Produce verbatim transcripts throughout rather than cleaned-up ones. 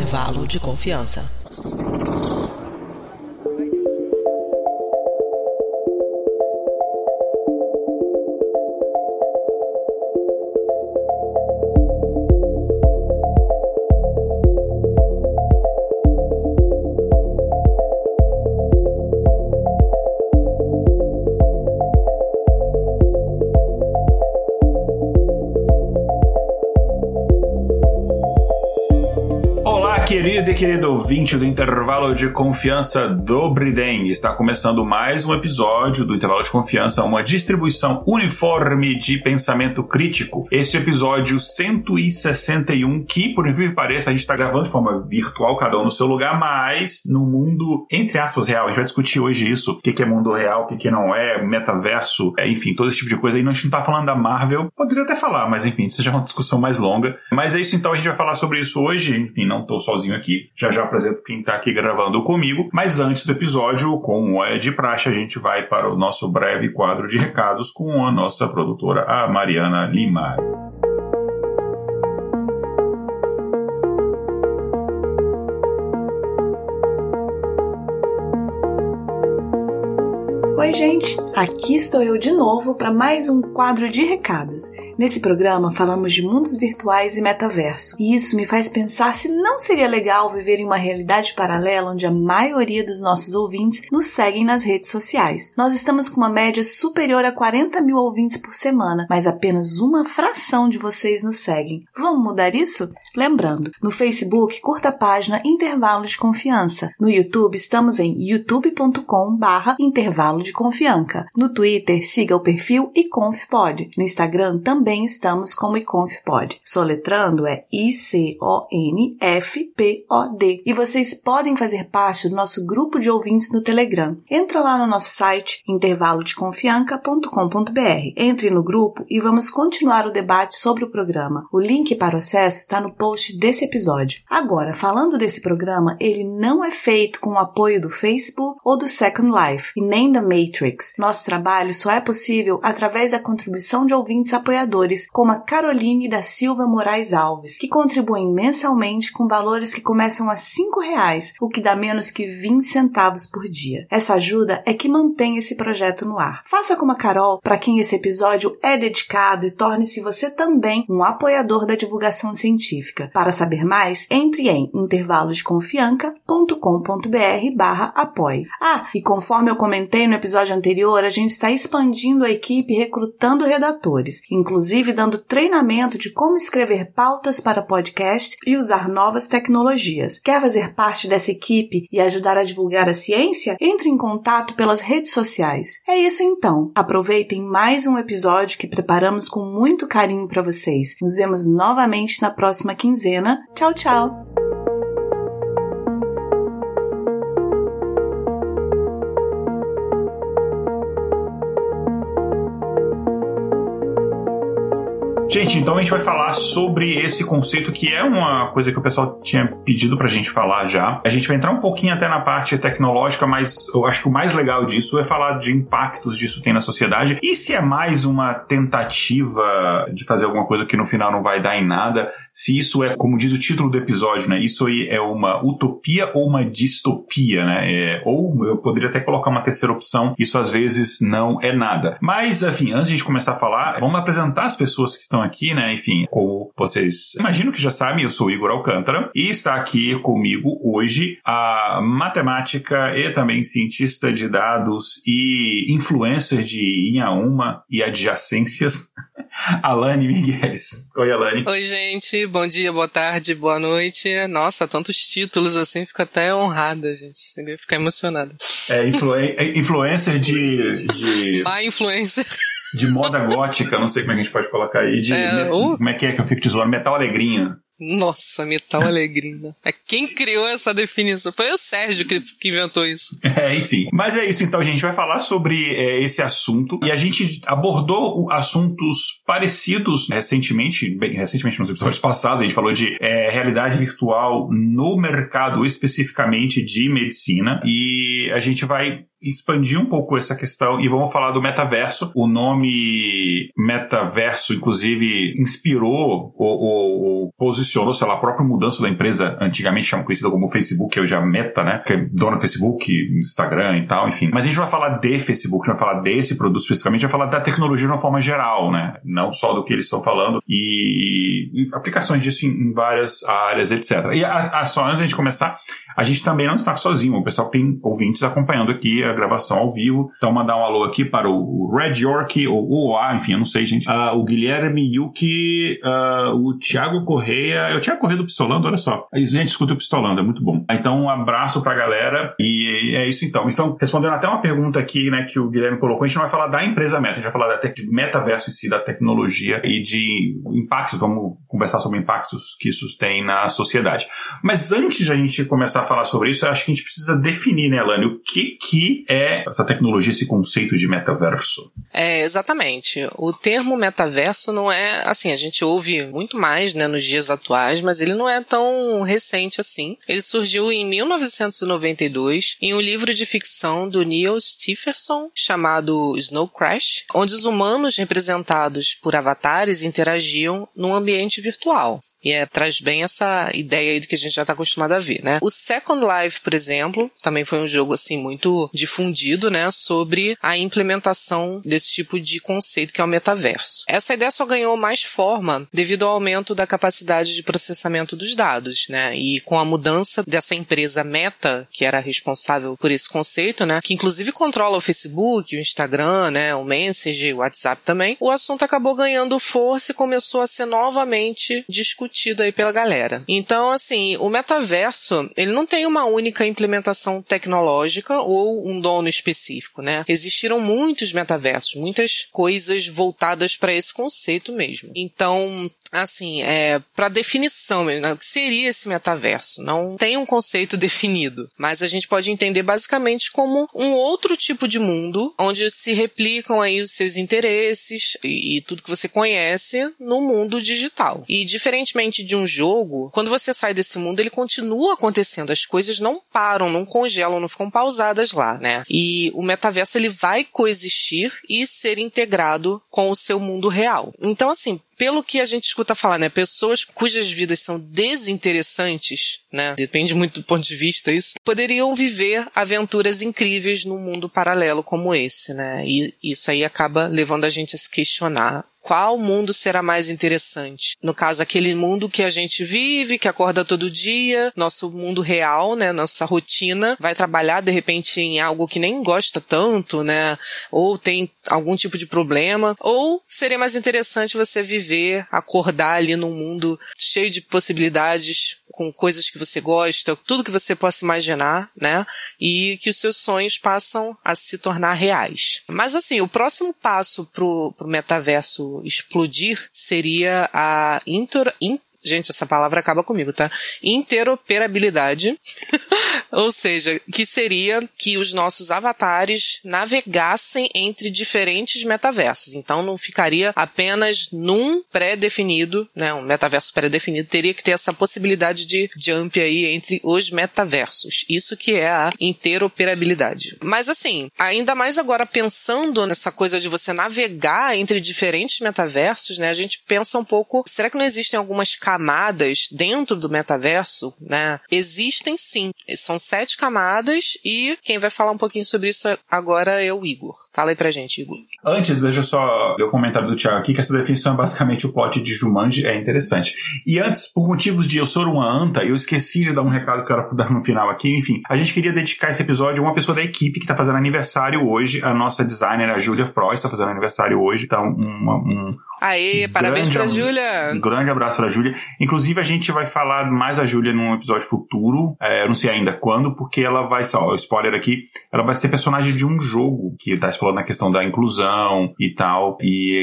intervalo de confiança. Querido e querido ouvinte do Intervalo de Confiança do Briden, está começando mais um episódio do Intervalo de Confiança, uma distribuição uniforme de pensamento crítico. Este episódio cento e sessenta e um, que, por incrível que pareça, a gente está gravando de forma virtual, cada um no seu lugar, mas no mundo, entre aspas, real. A gente vai discutir hoje isso, o que é mundo real, o que não é, metaverso, enfim, todo esse tipo de coisa. E a gente não está falando da Marvel, poderia até falar, mas enfim, isso já é uma discussão mais longa. Mas é isso, então, a gente vai falar sobre isso hoje. Enfim, não estou sozinho aqui, já já apresento quem está aqui gravando comigo, mas antes do episódio, como é de praxe, a gente vai para o nosso breve quadro de recados com a nossa produtora, a Mariana Lima. Oi, gente! Aqui estou eu de novo para mais um quadro de recados. Nesse programa falamos de mundos virtuais e metaverso, e isso me faz pensar se não seria legal viver em uma realidade paralela onde a maioria dos nossos ouvintes nos seguem nas redes sociais. Nós estamos com uma média superior a quarenta mil ouvintes por semana, mas apenas uma fração de vocês nos seguem. Vamos mudar isso? Lembrando, no Facebook, curta a página Intervalo de Confiança. No YouTube, estamos em youtube ponto com barra intervalo de Confianca. No Twitter, siga o perfil iconfpod. No Instagram, também estamos como iconfpod. Soletrando é I C O N F P O D. E vocês podem fazer parte do nosso grupo de ouvintes no Telegram. Entra lá no nosso site, intervalo de confianca ponto com ponto b r. Entre no grupo e vamos continuar o debate sobre o programa. O link para o acesso está no post desse episódio. Agora, falando desse programa, ele não é feito com o apoio do Facebook ou do Second Life, e nem da Matrix. Nosso trabalho só é possível através da contribuição de ouvintes apoiadores, como a Caroline da Silva Moraes Alves, que contribuem mensalmente com valores que começam a cinco reais, o que dá menos que vinte centavos por dia. Essa ajuda é que mantém esse projeto no ar. Faça como a Carol, para quem esse episódio é dedicado, e torne-se você também um apoiador da divulgação científica. Para saber mais, entre em intervalo de confianca ponto com ponto b r barra apoie. Ah, e conforme eu comentei no episódio anterior, a gente está expandindo a equipe e recrutando redatores, inclusive dando treinamento de como escrever pautas para podcast e usar novas tecnologias. Quer fazer parte dessa equipe e ajudar a divulgar a ciência? Entre em contato pelas redes sociais. É isso então. Aproveitem mais um episódio que preparamos com muito carinho para vocês. Nos vemos novamente na próxima quinzena. Tchau, tchau! Gente, então a gente vai falar sobre esse conceito que é uma coisa que o pessoal tinha pedido pra gente falar já. A gente vai entrar um pouquinho até na parte tecnológica, mas eu acho que o mais legal disso é falar de impactos disso tem na sociedade. E se é mais uma tentativa de fazer alguma coisa que no final não vai dar em nada, se isso é, como diz o título do episódio, né? Isso aí é uma utopia ou uma distopia, né? É, ou eu poderia até colocar uma terceira opção, isso às vezes não é nada. Mas, enfim, antes de a gente começar a falar, vamos apresentar as pessoas que estão aqui, né? Enfim, como vocês imagino que já sabem, eu sou o Igor Alcântara e está aqui comigo hoje a matemática e também cientista de dados e influencer de Inhaúma e adjacências, Alane Migueles. Oi, Alane. Oi, gente. Bom dia, boa tarde, boa noite. Nossa, tantos títulos assim, fico até honrada, gente. Cheguei a ficar emocionada. É, influ- é influencer de... de... Má influencer. De moda gótica, não sei como é que a gente pode colocar aí. De, é, met... uh... Como é que é que eu fico te zoando? Metal alegrinha. Nossa, metal alegrinha. É quem criou essa definição? Foi o Sérgio que, que inventou isso. É, enfim. Mas é isso, então, a gente vai falar sobre é, esse assunto. E a gente abordou assuntos parecidos recentemente, bem recentemente nos episódios passados. A gente falou de é, realidade virtual no mercado especificamente de medicina. E a gente vai expandir um pouco essa questão e vamos falar do metaverso. O nome metaverso, inclusive, inspirou ou, ou, ou posicionou, sei lá, a própria mudança da empresa, antigamente chamada conhecida como Facebook, que hoje é a Meta, né? Que é dona do Facebook, Instagram e tal, enfim. Mas a gente vai falar de Facebook, vai falar desse produto especificamente, vai falar da tecnologia de uma forma geral, né? Não só do que eles estão falando e, e aplicações disso em, em várias áreas, etcétera. E a, a, só antes de a gente começar, a gente também não está sozinho. O pessoal tem ouvintes acompanhando aqui a gravação ao vivo. Então, mandar um alô aqui para o Red York, ou o A, enfim, eu não sei, gente. Uh, o Guilherme Yuki, uh, o Thiago Correia. É o Thiago Correia do Pistolando, olha só. A gente escuta o Pistolando, é muito bom. Então, um abraço pra galera. E é isso então. Então, respondendo até uma pergunta aqui, né, que o Guilherme colocou, a gente não vai falar da empresa Meta, a gente vai falar da te- de metaverso em si, da tecnologia e de impactos. Vamos conversar sobre impactos que isso tem na sociedade. Mas antes de a gente começar a falar sobre isso, eu acho que a gente precisa definir, né, Elane, o que, que é essa tecnologia, esse conceito de metaverso. É, exatamente. O termo metaverso não é, assim, a gente ouve muito mais, né, nos dias atuais, mas ele não é tão recente assim. Ele surgiu em mil novecentos e noventa e dois em um livro de ficção do Neil Stephenson chamado Snow Crash, onde os humanos representados por avatares interagiam num ambiente virtual. E é, traz bem essa ideia aí do que a gente já está acostumado a ver, né? O Second Life, por exemplo, também foi um jogo, assim, muito difundido, né? Sobre a implementação desse tipo de conceito que é o metaverso. Essa ideia só ganhou mais forma devido ao aumento da capacidade de processamento dos dados, né? E com a mudança dessa empresa Meta, que era responsável por esse conceito, né? Que inclusive controla o Facebook, o Instagram, né? O Messenger, o WhatsApp também. O assunto acabou ganhando força e começou a ser novamente discutido tido aí pela galera. Então, assim, o metaverso, ele não tem uma única implementação tecnológica ou um dono específico, né? Existiram muitos metaversos, muitas coisas voltadas para esse conceito mesmo. Então, assim, é, para definição mesmo, né? O que seria esse metaverso? Não tem um conceito definido, mas a gente pode entender basicamente como um outro tipo de mundo, onde se replicam aí os seus interesses e, e tudo que você conhece no mundo digital. E diferentemente de um jogo, quando você sai desse mundo, ele continua acontecendo. As coisas não param, não congelam, não ficam pausadas lá, né? E o metaverso, ele vai coexistir e ser integrado com o seu mundo real. Então, assim, pelo que a gente escuta falar, né, pessoas cujas vidas são desinteressantes, né, depende muito do ponto de vista isso, poderiam viver aventuras incríveis num mundo paralelo como esse, né, e isso aí acaba levando a gente a se questionar qual mundo será mais interessante. No caso, aquele mundo que a gente vive, que acorda todo dia, nosso mundo real, né, nossa rotina, vai trabalhar de repente em algo que nem gosta tanto, né, ou tem algum tipo de problema, ou seria mais interessante você viver, acordar ali num mundo cheio de possibilidades, com coisas que você gosta, tudo que você possa imaginar, né? E que os seus sonhos passam a se tornar reais. Mas assim, o próximo passo pro, pro metaverso explodir seria a inter... In... Gente, essa palavra acaba comigo, tá? Interoperabilidade. Ou seja, que seria que os nossos avatares navegassem entre diferentes metaversos. Então não ficaria apenas num pré-definido, né? Um metaverso pré-definido. Teria que ter essa possibilidade de jump aí entre os metaversos. Isso que é a interoperabilidade. Mas assim, ainda mais agora pensando nessa coisa de você navegar entre diferentes metaversos, né? A gente pensa um pouco, será que não existem algumas camadas dentro do metaverso, né? Existem sim. São sete camadas e quem vai falar um pouquinho sobre isso agora é o Igor. Fala aí pra gente, Igor. Antes, deixa eu só ler o comentário do Thiago aqui, que essa definição é basicamente o plot de Jumanji, é interessante. E antes, por motivos de eu sou uma anta, eu esqueci de dar um recado que eu era dar no final aqui, enfim. A gente queria dedicar esse episódio a uma pessoa da equipe que tá fazendo aniversário hoje, a nossa designer, a Júlia Frois, tá fazendo aniversário hoje, então uma, um... Aê, parabéns pra Júlia! Um grande abraço pra Júlia. Inclusive, a gente vai falar mais da Júlia num episódio futuro, é, eu não sei ainda quando, porque ela vai, ó, spoiler aqui, ela vai ser personagem de um jogo que tá explorando falando na questão da inclusão e tal,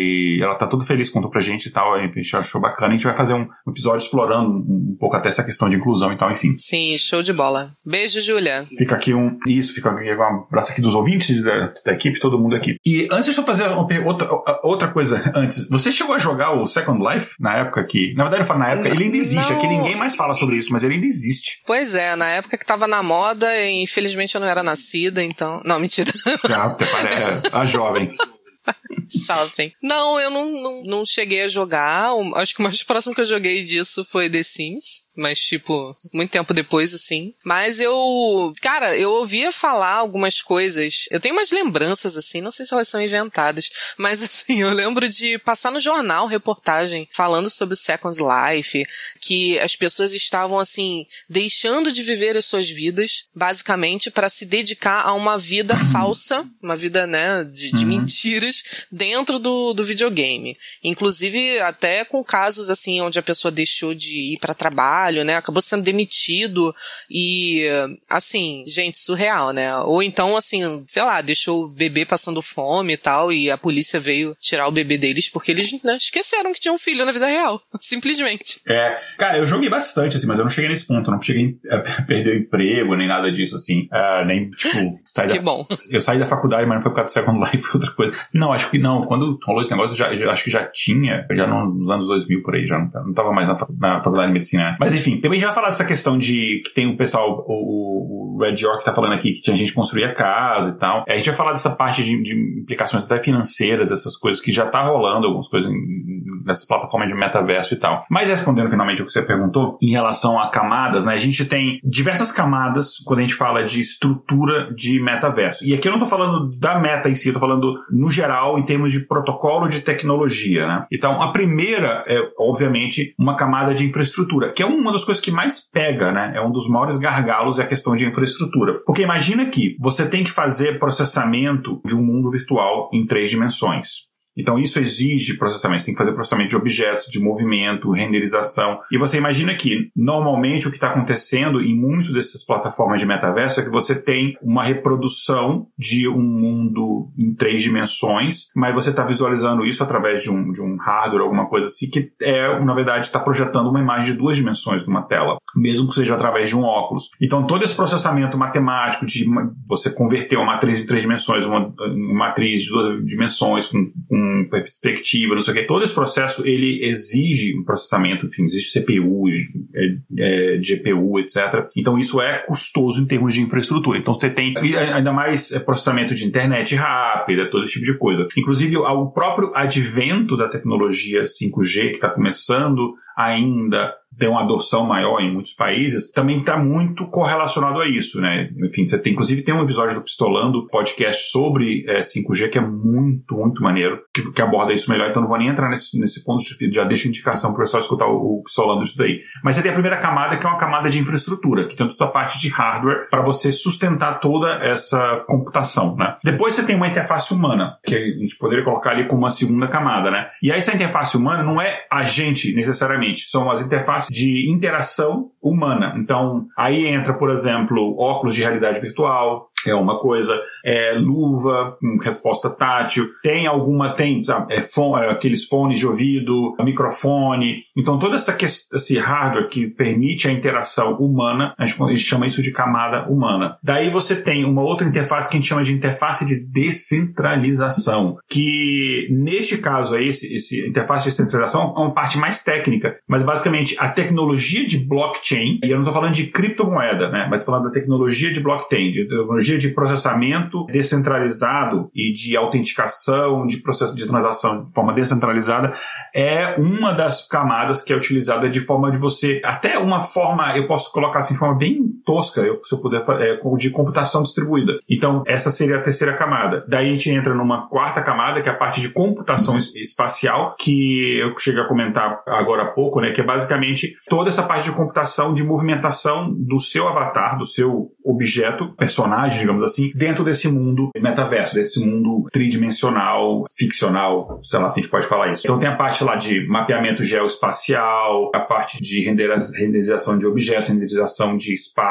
e ela tá tudo feliz, contou pra gente e tal, enfim, achou bacana. A gente vai fazer um episódio explorando um, um pouco até essa questão de inclusão e tal, enfim. Sim, show de bola. Beijo, Júlia. Fica aqui um... Isso, fica aqui um abraço aqui dos ouvintes, da, da equipe, todo mundo aqui. E antes de eu fazer uma, outra, outra coisa antes, você chegou a jogar o Second Life na época que... Na verdade, eu falo na época, ele ainda existe, não. Aqui ninguém mais fala sobre isso, mas ele ainda existe. Pois é, na época que tava na moda, e infelizmente eu não era nascida, então... Não, mentira. Já, até parece a jovem. Shopping. Não, eu não, não, não cheguei a jogar. Acho que o mais próximo que eu joguei disso foi The Sims. Mas, tipo, muito tempo depois, assim. Mas eu... Cara, eu ouvia falar algumas coisas. Eu tenho umas lembranças, assim. Não sei se elas são inventadas. Mas, assim, eu lembro de passar no jornal reportagem falando sobre o Second Life. Que as pessoas estavam, assim, deixando de viver as suas vidas, basicamente, para se dedicar a uma vida falsa. Uma vida, né, de, de uhum. mentiras dentro do, do videogame. Inclusive, até com casos, assim, onde a pessoa deixou de ir para trabalho, né? Acabou sendo demitido e, assim, gente, surreal, né? Ou então, assim, sei lá, deixou o bebê passando fome e tal, e a polícia veio tirar o bebê deles porque eles, né, esqueceram que tinham um filho na vida real. Simplesmente. É, cara, eu joguei bastante, assim, mas eu não cheguei nesse ponto, eu não cheguei a perder o emprego, nem nada disso, assim, uh, nem, tipo... Saí que da, bom. Eu saí da faculdade, mas não foi por causa do Second Life, foi outra coisa. Não, acho que não, quando rolou esse negócio, já, já, acho que já tinha, já nos anos dois mil por aí, já não, não tava mais na, na faculdade de medicina, né? Mas enfim, também a gente vai falar dessa questão de que tem o pessoal, o, o Red York tá falando aqui que tinha gente que construía casa e tal. A gente vai falar dessa parte de, de implicações até financeiras, dessas coisas que já tá rolando, algumas coisas nessas plataformas de metaverso e tal. Mas respondendo finalmente o que você perguntou, em relação a camadas, né? A gente tem diversas camadas quando a gente fala de estrutura de metaverso. E aqui eu não tô falando da meta em si, eu tô falando no geral em termos de protocolo de tecnologia, né? Então, a primeira é, obviamente, uma camada de infraestrutura, que é uma das coisas que mais pega, né? É um dos maiores gargalos, é a questão de infraestrutura. Porque imagina que você tem que fazer processamento de um mundo virtual em três dimensões. Então isso exige processamento, você tem que fazer processamento de objetos, de movimento, renderização. E você imagina que, normalmente, o que está acontecendo em muitas dessas plataformas de metaverso é que você tem uma reprodução de um mundo em três dimensões, mas você está visualizando isso através de um, de um hardware, alguma coisa assim, que é, na verdade, está projetando uma imagem de duas dimensões numa tela, mesmo que seja através de um óculos. Então todo esse processamento matemático de você converter uma matriz em três dimensões, uma, uma matriz de duas dimensões com, com perspectiva, não sei o que, todo esse processo ele exige um processamento, enfim, existe C P U, é, é, G P U, etcétera. Então isso é custoso em termos de infraestrutura. Então você tem ainda mais processamento de internet rápida, todo esse tipo de coisa. Inclusive o próprio advento da tecnologia cinco G, que está começando ainda tem uma adoção maior em muitos países, também está muito correlacionado a isso, né? Enfim, você tem, inclusive tem um episódio do Pistolando, podcast sobre é, cinco G, que é muito, muito maneiro, que, que aborda isso melhor, então não vou nem entrar nesse, nesse ponto, já deixo indicação para o pessoal escutar o, o Pistolando disso daí. Mas você tem a primeira camada, que é uma camada de infraestrutura, que tem toda a parte de hardware para você sustentar toda essa computação, né? Depois você tem uma interface humana, que a gente poderia colocar ali como uma segunda camada, né? E aí essa interface humana não é a gente, necessariamente, são as interfaces de interação humana. Então, aí entra, por exemplo, óculos de realidade virtual, é uma coisa, é, luva, com resposta tátil, tem algumas, tem sabe, é, fone, aqueles fones de ouvido, microfone, então todo essa questão, esse hardware que permite a interação humana, a gente, a gente chama isso de camada humana. Daí você tem uma outra interface que a gente chama de interface de descentralização, que neste caso aí, esse, esse interface de descentralização é uma parte mais técnica, mas basicamente a tecnologia de blockchain, e eu não estou falando de criptomoeda, né, mas estou falando da tecnologia de blockchain, de tecnologia de processamento descentralizado e de autenticação, de processo de transação de forma descentralizada, é uma das camadas que é utilizada de forma de você, até uma forma, eu posso colocar assim de forma bem tosca, eu, se eu puder, é, de computação distribuída. Então, essa seria a terceira camada. Daí a gente entra numa quarta camada, que é a parte de computação espacial, que eu cheguei a comentar agora há pouco, né, que é basicamente toda essa parte de computação de movimentação do seu avatar, do seu objeto, personagem, digamos assim, dentro desse mundo metaverso, desse mundo tridimensional, ficcional, sei lá se a gente pode falar isso. Então tem a parte lá de mapeamento geoespacial, a parte de renderização de objetos, renderização de espaço,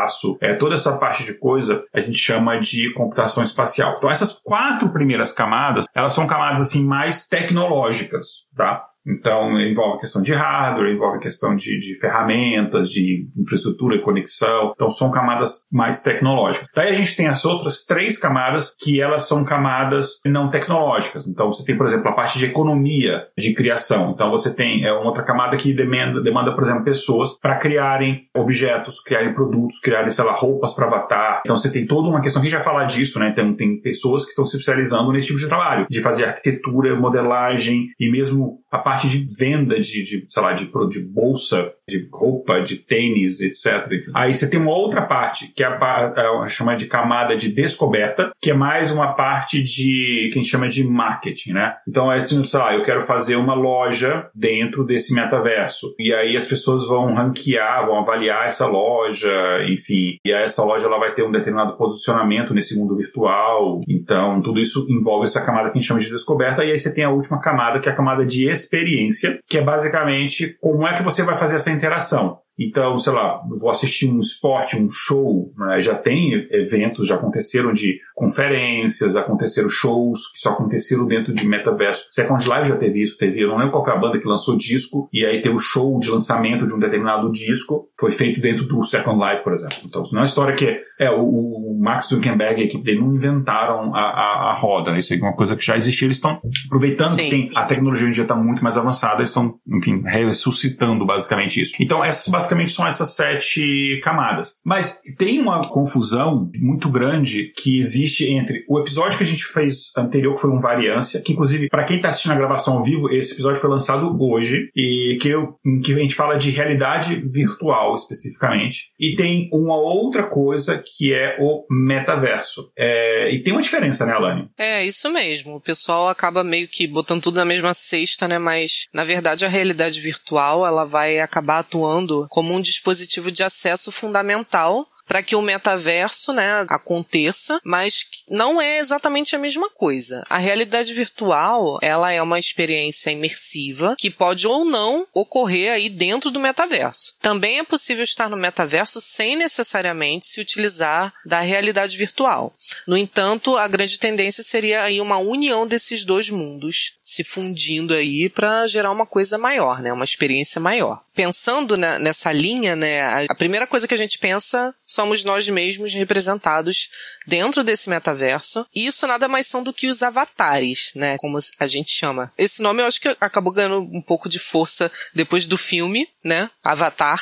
espaço, é, toda essa parte de coisa a gente chama de computação espacial. Então essas quatro primeiras camadas, elas são camadas assim mais tecnológicas, tá? Então, envolve questão de hardware, envolve questão de, de ferramentas, de infraestrutura e conexão. Então, são camadas mais tecnológicas. Daí a gente tem as outras três camadas que elas são camadas não tecnológicas. Então, você tem, por exemplo, a parte de economia de criação. Então, você tem é, uma outra camada que demanda, demanda, por exemplo, pessoas para criarem objetos, criarem produtos, criarem, sei lá, roupas para avatar. Então, você tem toda uma questão que a gente vai falar disso, né? Então, tem pessoas que estão se especializando nesse tipo de trabalho, de fazer arquitetura, modelagem e mesmo a parte de venda de, de sei lá, de, de bolsa, de roupa, de tênis, etcétera. Aí você tem uma outra parte, que é a, a chama de camada de descoberta, que é mais uma parte de, que a gente chama de marketing, né? Então, é, sei lá, eu quero fazer uma loja dentro desse metaverso. E aí as pessoas vão ranquear, vão avaliar essa loja, enfim. E aí essa loja ela vai ter um determinado posicionamento nesse mundo virtual. Então, tudo isso envolve essa camada que a gente chama de descoberta. E aí você tem a última camada, que é a camada de experiência, que é basicamente como é que você vai fazer essa interação. Então, sei lá, eu vou assistir um esporte, um show, né? Já tem eventos, já aconteceram de conferências, aconteceram shows que só aconteceram dentro de metaverso. Second Life já teve isso, teve, eu não lembro qual foi a banda que lançou disco, e aí teve o show de lançamento de um determinado disco, foi feito dentro do Second Life, por exemplo. Então, isso não é uma história que é, o, o Mark Zuckerberg e a equipe dele não inventaram a, a, a roda, né? Isso é uma coisa que já existia, eles estão aproveitando Sim. que tem, a tecnologia hoje em dia está muito mais avançada, eles estão, enfim, ressuscitando basicamente isso. Então, essas basicamente são essas sete camadas. Mas tem uma confusão muito grande que existe entre o episódio que a gente fez anterior, que foi um Variância, que inclusive, para quem está assistindo a gravação ao vivo, esse episódio foi lançado hoje, e que, eu, em que a gente fala de realidade virtual especificamente. E tem uma outra coisa que é o metaverso. É, e tem uma diferença, né, Alane? É, isso mesmo. O pessoal acaba meio que botando tudo na mesma cesta, né? Mas, na verdade, a realidade virtual, ela vai acabar atuando como um dispositivo de acesso fundamental para que o metaverso, né, aconteça, mas não é exatamente a mesma coisa. A realidade virtual, ela é uma experiência imersiva que pode ou não ocorrer aí dentro do metaverso. Também é possível estar no metaverso sem necessariamente se utilizar da realidade virtual. No entanto, a grande tendência seria aí uma união desses dois mundos se fundindo aí para gerar uma coisa maior, né, uma experiência maior. Pensando na, nessa linha, né, a, a primeira coisa que a gente pensa somos nós mesmos representados dentro desse metaverso. E isso nada mais são do que os avatares, né? Como a gente chama. Esse nome eu acho que acabou ganhando um pouco de força depois do filme, né? Avatar.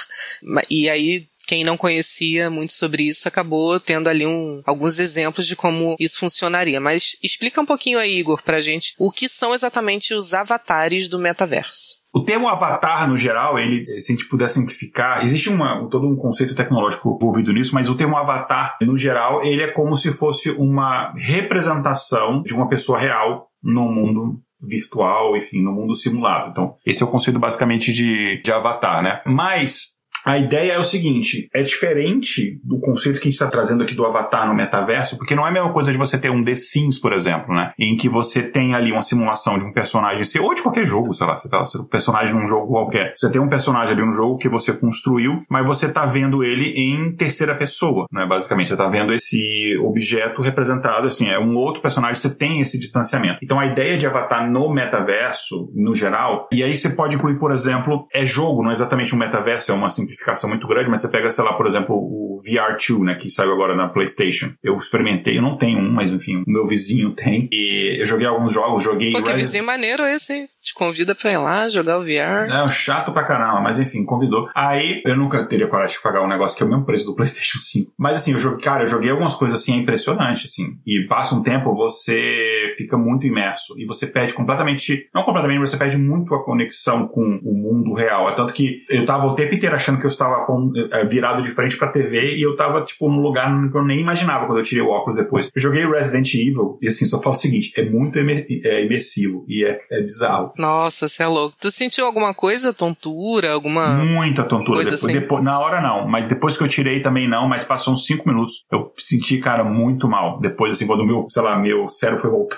E aí, quem não conhecia muito sobre isso acabou tendo ali um, alguns exemplos de como isso funcionaria. Mas explica um pouquinho aí, Igor, pra gente o que são exatamente os avatares do metaverso. O termo avatar, no geral, ele, se a gente puder simplificar, existe uma, todo um conceito tecnológico envolvido nisso, mas o termo avatar, no geral, ele é como se fosse uma representação de uma pessoa real no mundo virtual, enfim, no mundo simulado. Então, esse é o conceito basicamente de, de avatar, né? Mas a ideia é o seguinte, é diferente do conceito que a gente está trazendo aqui do avatar no metaverso, porque não é a mesma coisa de você ter um The Sims, por exemplo, né? Em que você tem ali uma simulação de um personagem, ou de qualquer jogo, sei lá, você tá um personagem num jogo qualquer. Você tem um personagem ali, um jogo que você construiu, mas você tá vendo ele em terceira pessoa, né? Basicamente, você tá vendo esse objeto representado, assim, é um outro personagem, você tem esse distanciamento. Então, a ideia de avatar no metaverso, no geral, e aí você pode incluir, por exemplo, é jogo, não é exatamente um metaverso, é uma simplificação muito grande, mas você pega, sei lá, por exemplo, o V R dois, né, que saiu agora na PlayStation. Eu experimentei, eu não tenho um, mas enfim, o meu vizinho tem. E eu joguei alguns jogos, joguei... Pô, que Resident... vizinho maneiro esse, hein? Te convida pra ir lá jogar o V R. É, chato pra caramba, mas enfim, convidou. Aí, eu nunca teria coragem de pagar um negócio que é o mesmo preço do PlayStation cinco. Mas assim, eu joguei, cara, eu joguei algumas coisas assim, é impressionante, assim. E passa um tempo, você fica muito imerso. E você perde completamente, não completamente, mas você perde muito a conexão com o mundo real. É tanto que eu tava o tempo inteiro achando que eu estava virado de frente pra T V e eu tava, tipo, num lugar que eu nem imaginava quando eu tirei o óculos depois. Eu joguei Resident Evil e, assim, só falo o seguinte, é muito imer- é imersivo e é, é bizarro. Nossa, você é louco. Tu sentiu alguma coisa? Tontura? Alguma... Muita tontura. Coisa depois, assim? depois, na hora não, mas depois que eu tirei também não, mas passou uns cinco minutos, eu senti, cara, muito mal. Depois, assim, quando o meu, sei lá, meu cérebro foi voltando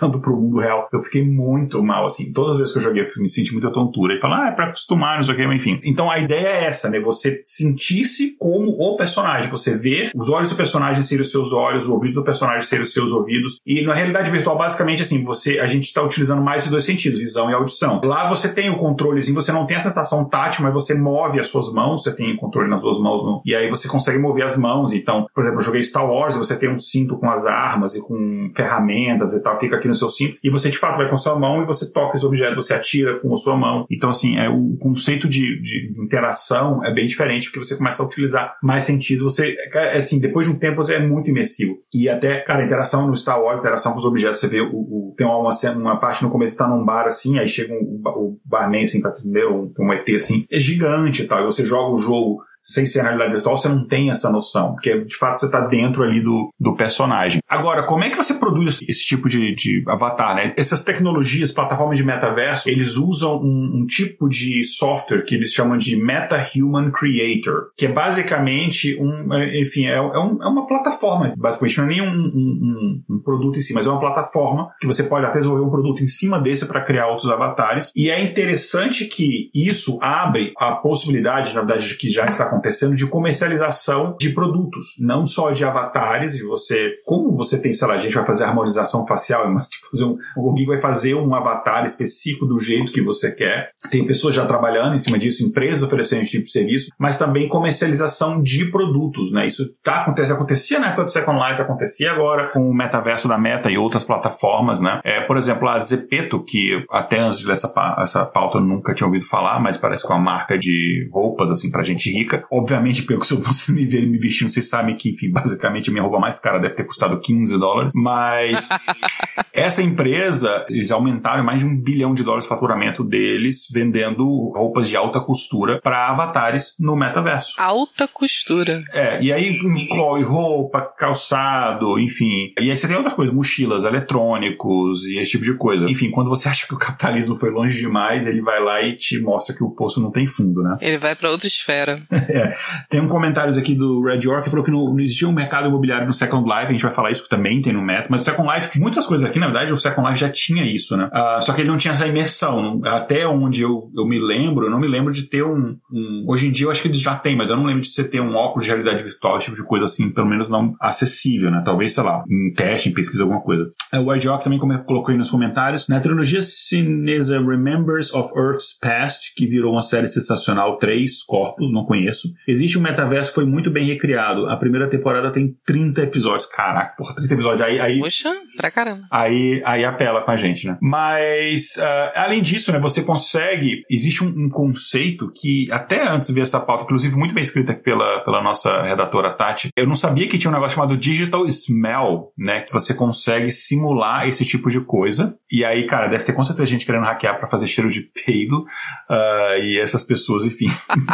voltando pro mundo real, eu fiquei muito mal, assim. Todas as vezes que eu joguei, eu me senti muita tontura. E falar, ah, é pra acostumar, não sei o que, enfim. Então a ideia é essa, né? Você sentir-se como o personagem. Você vê os olhos do personagem serem os seus olhos, o ouvido do personagem serem os seus ouvidos. E na realidade virtual, basicamente, assim, você, a gente tá utilizando mais esses dois sentidos, visão e audição. Lá você tem o controlezinho, você não tem a sensação tátil, mas você move as suas mãos, você tem o controle nas duas mãos, no, e aí você consegue mover as mãos. Então, por exemplo, eu joguei Star Wars, você tem um cinto com as armas e com ferramentas e tal, fica aqui no seu cinto, e você de fato vai com a sua mão e você toca esse objeto, você atira com a sua mão. Então, assim, é, o conceito de, de interação é bem diferente, porque você começa a utilizar mais sentido. Você, é, assim, depois de um tempo, você é muito imersivo. E até, cara, a interação no Star Wars, a interação com os objetos, você vê, o, o, tem uma, uma parte no começo que tá num bar, assim, aí chega um, o barman, assim, pra atender, um, um E T, assim, é gigante e tal, e você joga o jogo sem ser realidade virtual, você não tem essa noção, porque de fato você está dentro ali do, do personagem. Agora, como é que você produz esse tipo de, de avatar, né? Essas tecnologias, plataformas de metaverso, eles usam um, um tipo de software que eles chamam de Meta Human Creator, que é basicamente um, enfim, é, é, um, é uma plataforma, basicamente, não é nem um, um, um produto em si, mas é uma plataforma que você pode até desenvolver um produto em cima desse para criar outros avatares, e é interessante que isso abre a possibilidade, na verdade, de que já está acontecendo, de comercialização de produtos, não só de avatares, de você, como você tem, sei lá, a gente vai fazer harmonização facial, mas tipo, fazer um, alguém vai fazer um avatar específico do jeito que você quer. Tem pessoas já trabalhando em cima disso, empresas oferecendo esse tipo de serviço, mas também comercialização de produtos, né? Isso tá acontecendo, acontecia na época do Second Life, acontecia agora com o metaverso da Meta e outras plataformas, né? É, por exemplo, a Zepeto, que até antes dessa essa pauta eu nunca tinha ouvido falar, mas parece que é uma marca de roupas, assim, pra gente rica. Obviamente, pelo que vocês me verem me vestindo, vocês sabem que, enfim, basicamente a minha roupa mais cara deve ter custado quinze dólares, mas essa empresa, eles aumentaram mais de um bilhão de dólares o faturamento deles vendendo roupas de alta costura para avatares no metaverso. Alta costura. É, e aí inclui roupa, calçado, enfim. E aí você tem outras coisas, mochilas, eletrônicos e esse tipo de coisa. Enfim, quando você acha que o capitalismo foi longe demais, ele vai lá e te mostra que o poço não tem fundo, né? Ele vai para outra esfera. É. Tem um comentário aqui do Red York que falou que não, não existia um mercado imobiliário no Second Life. A gente vai falar isso que também tem no Meta, mas o Second Life, muitas coisas aqui, na verdade, o Second Life já tinha isso, né? Uh, só que ele não tinha essa imersão. Até onde eu, eu me lembro, eu não me lembro de ter um, um... Hoje em dia eu acho que eles já têm, mas eu não lembro de você ter um óculos de realidade virtual, esse tipo de coisa assim, pelo menos não acessível, né? Talvez, sei lá, em teste, em pesquisa, alguma coisa. Uh, o Red York também colocou aí nos comentários. Na trilogia chinesa Remembers of Earth's Past, que virou uma série sensacional, três corpos, não conheço. Existe um metaverso que foi muito bem recriado. A primeira temporada tem trinta episódios. Caraca, porra, trinta episódios. Aí, aí, Poxa, pra caramba. Aí, aí apela com a gente, né? Mas, uh, além disso, né, você consegue... Existe um, um conceito que, até antes de ver essa pauta, inclusive muito bem escrita pela, pela nossa redatora Tati, eu não sabia que tinha um negócio chamado Digital Smell, né? Que você consegue simular esse tipo de coisa. E aí, cara, deve ter com certeza gente querendo hackear pra fazer cheiro de peido. Uh, e essas pessoas, enfim...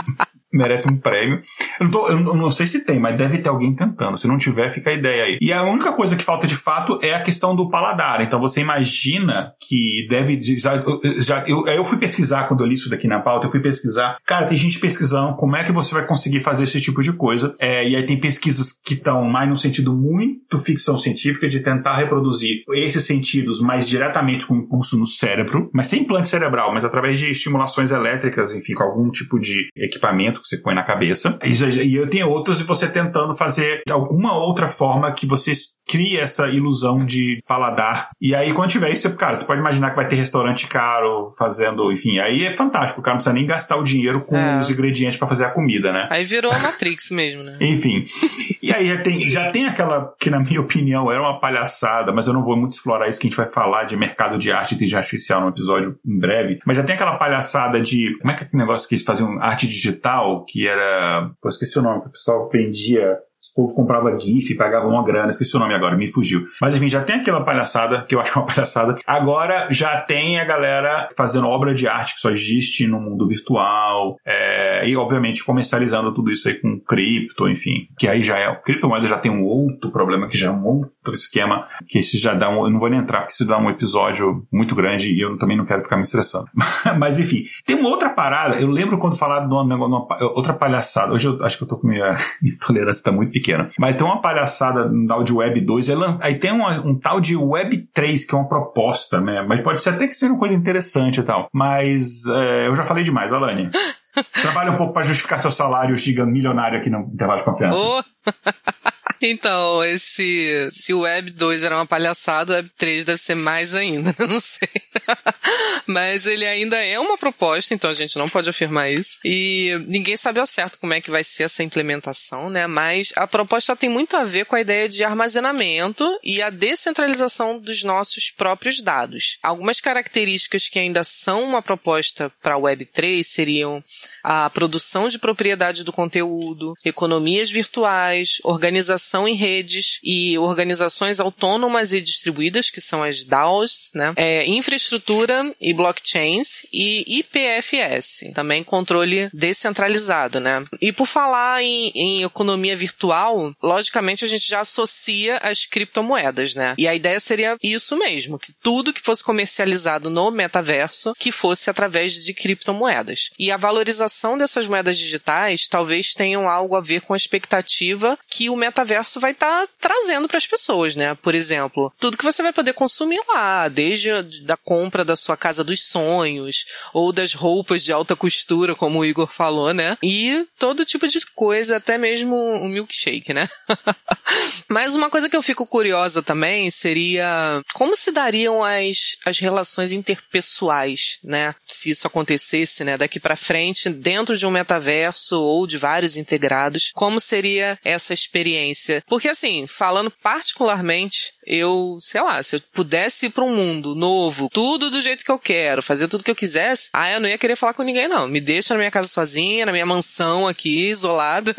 merece um prêmio. Eu não, tô, eu não sei se tem, mas deve ter alguém tentando. Se não tiver, fica a ideia aí. E a única coisa que falta de fato é a questão do paladar. Então você imagina que deve... Já, já, eu, eu fui pesquisar, quando eu li isso daqui na pauta, eu fui pesquisar. Cara, tem gente pesquisando como é que você vai conseguir fazer esse tipo de coisa. É, e aí tem pesquisas que estão mais no sentido muito ficção científica, de tentar reproduzir esses sentidos mais diretamente com impulso no cérebro, mas sem implante cerebral, mas através de estimulações elétricas, enfim, com algum tipo de equipamento que você põe na cabeça. E eu tenho outros de você tentando fazer de alguma outra forma que você crie essa ilusão de paladar. E aí, quando tiver isso, cara, você pode imaginar que vai ter restaurante caro fazendo, enfim, aí é fantástico, o cara não precisa nem gastar o dinheiro com é. os ingredientes pra fazer a comida, né? Aí virou a Matrix mesmo, né? Enfim. E aí já tem, já tem aquela, que na minha opinião era uma palhaçada, mas eu não vou muito explorar isso, que a gente vai falar de mercado de arte e inteligência artificial no episódio em breve, mas já tem aquela palhaçada de, como é que é aquele negócio que eles faziam arte digital, que era, pô, esqueci o nome, que o pessoal vendia... O povo comprava GIF e pagava uma grana, esqueci o nome agora, me fugiu. Mas enfim, já tem aquela palhaçada, que eu acho que é uma palhaçada. Agora já tem a galera fazendo obra de arte que só existe no mundo virtual, é, e obviamente comercializando tudo isso aí com cripto, enfim. Que aí já é, o criptomoeda já tem um outro problema, que já é um outro esquema, que isso já dá um, eu não vou nem entrar, porque isso dá um episódio muito grande e eu também não quero ficar me estressando. Mas enfim, tem uma outra parada, eu lembro quando falaram de uma, uma, outra palhaçada. Hoje eu acho que eu tô com minha, minha tolerância tá muito pequena. Mas tem uma palhaçada no tal de Web dois, aí tem uma, um tal de Web três, que é uma proposta, né? Mas pode ser até que seja uma coisa interessante e tal. Mas é, eu já falei demais, Alane. Trabalha um pouco para justificar seu salário giga milionário aqui no intervalo de confiança. Oh. Então, esse, se o Web dois era uma palhaçada, o Web três deve ser mais ainda, não sei. Mas ele ainda é uma proposta, então a gente não pode afirmar isso. E ninguém sabe ao certo como é que vai ser essa implementação, né? Mas a proposta tem muito a ver com a ideia de armazenamento e a descentralização dos nossos próprios dados. Algumas características que ainda são uma proposta para o Web três seriam a produção de propriedade do conteúdo, economias virtuais, organização em redes e organizações autônomas e distribuídas, que são as D A Os, né? É, infraestrutura e blockchains e I P F S, também controle descentralizado, né? E por falar em, em economia virtual, logicamente a gente já associa as criptomoedas, né? E a ideia seria isso mesmo, que tudo que fosse comercializado no metaverso, que fosse através de criptomoedas. E a valorização dessas moedas digitais talvez tenham algo a ver com a expectativa que o metaverso vai estar tá trazendo para as pessoas, né? Por exemplo, tudo que você vai poder consumir lá, desde a da compra da sua casa dos sonhos, ou das roupas de alta costura, como o Igor falou, né? E todo tipo de coisa, até mesmo o milkshake, né? Mas uma coisa que eu fico curiosa também seria como se dariam as, as relações interpessoais, né? Se isso acontecesse, né? Daqui pra frente, dentro de um metaverso ou de vários integrados, como seria essa experiência? Porque assim, falando particularmente, eu, sei lá, se eu pudesse ir pra um mundo novo, tudo do jeito que eu quero, fazer tudo que eu quisesse, ah, eu não ia querer falar com ninguém, não. Me deixa na minha casa sozinha, na minha mansão aqui, isolada.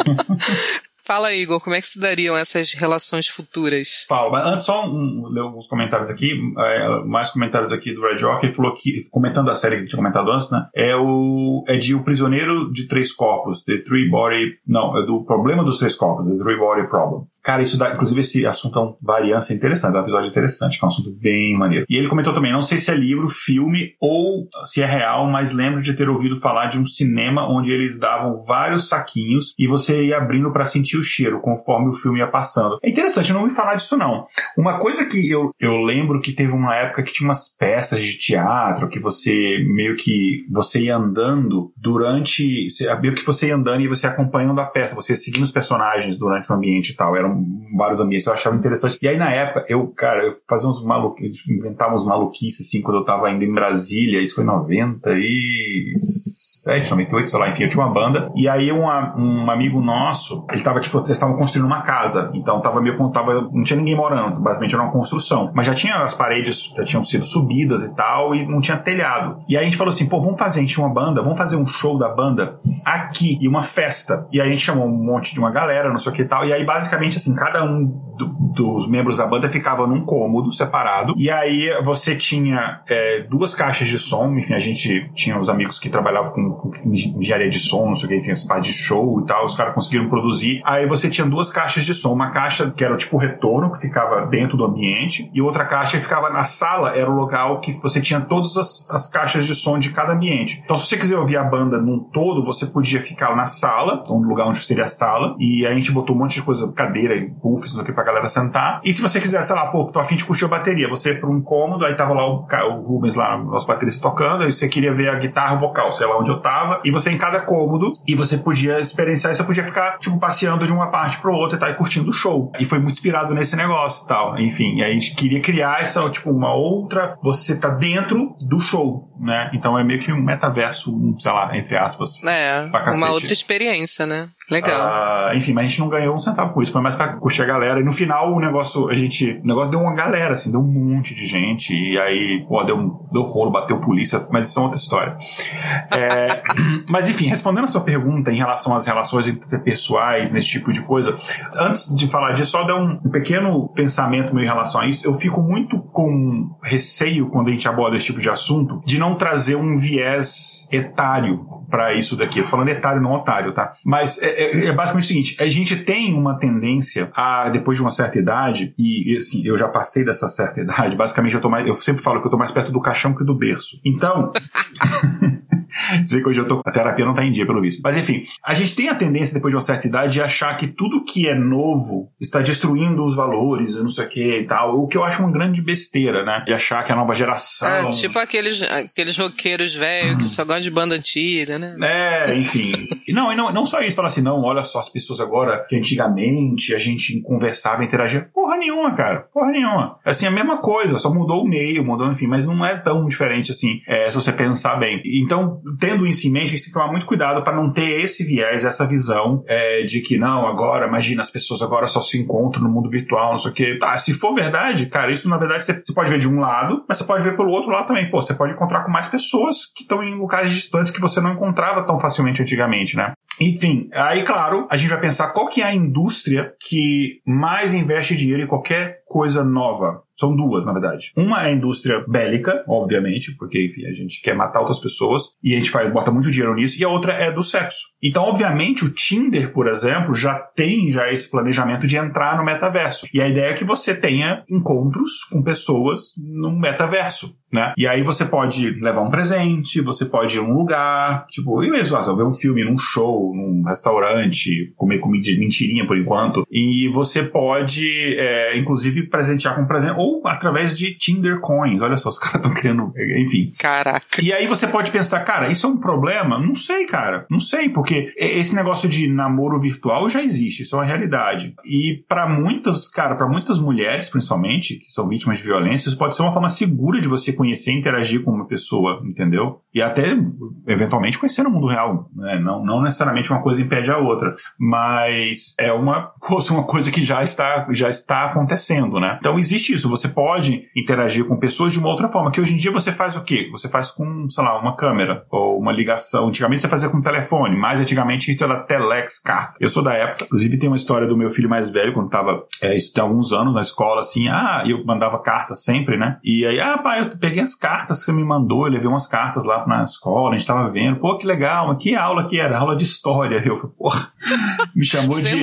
Fala, Igor, como é que se dariam essas relações futuras? Fala, mas antes só um, ler alguns comentários aqui, é, mais comentários aqui do Red Jockey, ele falou que, comentando a série que eu tinha comentado antes, né, é, o, é de O Prisioneiro de Três Corpos, The Three Body, não, é do Problema dos Três Corpos, The Three Body Problem. Cara, isso dá, inclusive esse assunto é uma variância interessante, é um episódio interessante, que é um assunto bem maneiro. E ele comentou também, não sei se é livro, filme ou se é real, mas lembro de ter ouvido falar de um cinema onde eles davam vários saquinhos e você ia abrindo pra sentir o cheiro conforme o filme ia passando. É interessante, eu não ouvi falar disso não. Uma coisa que eu, eu lembro que teve uma época que tinha umas peças de teatro que você meio que, você ia andando durante, meio que você ia andando e você acompanhando a peça, você ia seguindo os personagens durante o ambiente e tal, era vários ambientes, eu achava interessante. E aí na época, eu, cara, eu fazia uns maluquices, inventava uns maluquices assim, quando eu tava ainda em Brasília, isso foi em noventa e sete, noventa e oito, sei lá, enfim, eu tinha uma banda, e aí uma, um amigo nosso, ele tava, tipo, eles estavam construindo uma casa, então tava meio, tava, não tinha ninguém morando, basicamente era uma construção, mas já tinha, as paredes já tinham sido subidas e tal, e não tinha telhado. E aí a gente falou assim, pô, vamos fazer, a gente tinha uma banda, vamos fazer um show da banda aqui, e uma festa. E aí a gente chamou um monte de uma galera, não sei o que e tal, e aí basicamente assim, cada um do, dos membros da banda ficava num cômodo separado, e aí você tinha é, duas caixas de som, enfim, a gente tinha os amigos que trabalhavam com, com engenharia de som, não sei o que, enfim, essa parte de show e tal, os caras conseguiram produzir. Aí você tinha duas caixas de som, uma caixa que era tipo o retorno, que ficava dentro do ambiente, e outra caixa que ficava na sala, era o local que você tinha todas as, as caixas de som de cada ambiente. Então se você quiser ouvir a banda num todo, você podia ficar na sala, um lugar onde seria a sala, e aí a gente botou um monte de coisa, cadeira e puffs, não sei o que, pra galera sentar. E se você quiser, sei lá, pô, tô a fim de curtir a bateria, você ia pra um cômodo, aí tava lá o, o Rubens lá, nosso baterista tocando, aí você queria ver a guitarra, o vocal, sei lá onde eu tava, e você em cada cômodo, e você podia experienciar, e você podia ficar, tipo, passeando de uma parte pro outra e tal, e curtindo o show. E foi muito inspirado nesse negócio e tal, enfim, e aí a gente queria criar essa, tipo, uma outra, você tá dentro do show, né? Então é meio que um metaverso, sei lá, entre aspas. É, uma outra experiência, né? Legal. Uh, enfim, mas a gente não ganhou um centavo com isso, foi mais pra curtir a galera. E no final o negócio, a gente, o negócio deu uma galera, assim, deu um monte de gente. E aí, pô, deu, um, deu rolo, bateu polícia, mas isso é outra história. É, mas enfim, respondendo a sua pergunta em relação às relações interpessoais, nesse tipo de coisa, antes de falar disso, só dar um pequeno pensamento meu em relação a isso. Eu fico muito com receio quando a gente aborda esse tipo de assunto, de não trazer um viés etário pra isso daqui. Eu tô falando etário, não otário, tá? Mas é, é, é basicamente o seguinte, a gente tem uma tendência a, depois de uma certa idade, e assim, eu já passei dessa certa idade, basicamente eu tô mais, eu sempre falo que eu tô mais perto do caixão que do berço. Então, você vê vê que hoje eu tô... A terapia não tá em dia, pelo visto. Mas enfim, a gente tem a tendência, depois de uma certa idade, de achar que tudo que é novo está destruindo os valores, não sei o que e tal. O que eu acho uma grande besteira, né? De achar que a nova geração... Ah, tipo aqueles, aqueles roqueiros velhos hum. que só gostam de banda antiga, né? É, enfim. E não, e não, não só isso. Falar assim, não, olha só as pessoas agora que antigamente a gente conversava, interagia. Porra nenhuma, cara. Porra nenhuma. Assim, a mesma coisa, só mudou o meio, mudou, enfim, mas não é tão diferente assim, é, se você pensar bem. Então, tendo isso em mente, a gente tem que tomar muito cuidado para não ter esse viés, essa visão é, de que, não, agora, imagina, as pessoas agora só se encontram no mundo virtual, não sei o quê. Tá, se for verdade, cara, isso na verdade você, você pode ver de um lado, mas você pode ver pelo outro lado também. Pô, você pode encontrar com mais pessoas que estão em lugares distantes que você não encontrava tão facilmente antigamente, né? Enfim, aí, claro, a gente vai pensar qual que é a indústria que mais investe dinheiro em qualquer coisa nova. São duas, na verdade. Uma é a indústria bélica, obviamente, porque, enfim, a gente quer matar outras pessoas e a gente faz, bota muito dinheiro nisso, e a outra é do sexo. Então, obviamente, o Tinder, por exemplo, já tem já esse planejamento de entrar no metaverso. E a ideia é que você tenha encontros com pessoas no metaverso, né? E aí você pode levar um presente, você pode ir a um lugar, tipo, e mesmo, assim, ver um filme num show, num restaurante, comer comida de mentirinha por enquanto, e você pode, é, inclusive, presentear com um presente, ou através de Tinder Coins. Olha só, os caras estão criando, enfim. Caraca. E aí você pode pensar, cara, isso é um problema? Não sei, cara. Não sei, porque esse negócio de namoro virtual já existe, isso é uma realidade. E pra muitas, cara, pra muitas mulheres, principalmente, que são vítimas de violência, isso pode ser uma forma segura de você conhecer e interagir com uma pessoa, entendeu? E até, eventualmente, conhecer no mundo real, né? Não, não necessariamente uma coisa impede a outra, mas é uma, uma coisa que já está, já está acontecendo, né? Então existe isso, você pode interagir com pessoas de uma outra forma, que hoje em dia você faz o quê? Você faz com, sei lá, uma câmera, ou uma ligação. Antigamente você fazia com telefone, mais antigamente isso era telex, carta. Eu sou da época, inclusive tem uma história do meu filho mais velho, quando tava, é, isso tem alguns anos na escola, assim, ah, eu mandava carta sempre, né? E aí, ah, pai, eu peguei as cartas que você me mandou, eu levei umas cartas lá na escola, a gente tava vendo, pô, que legal, mas que aula que era? Aula de história. Eu falei, porra, me chamou de...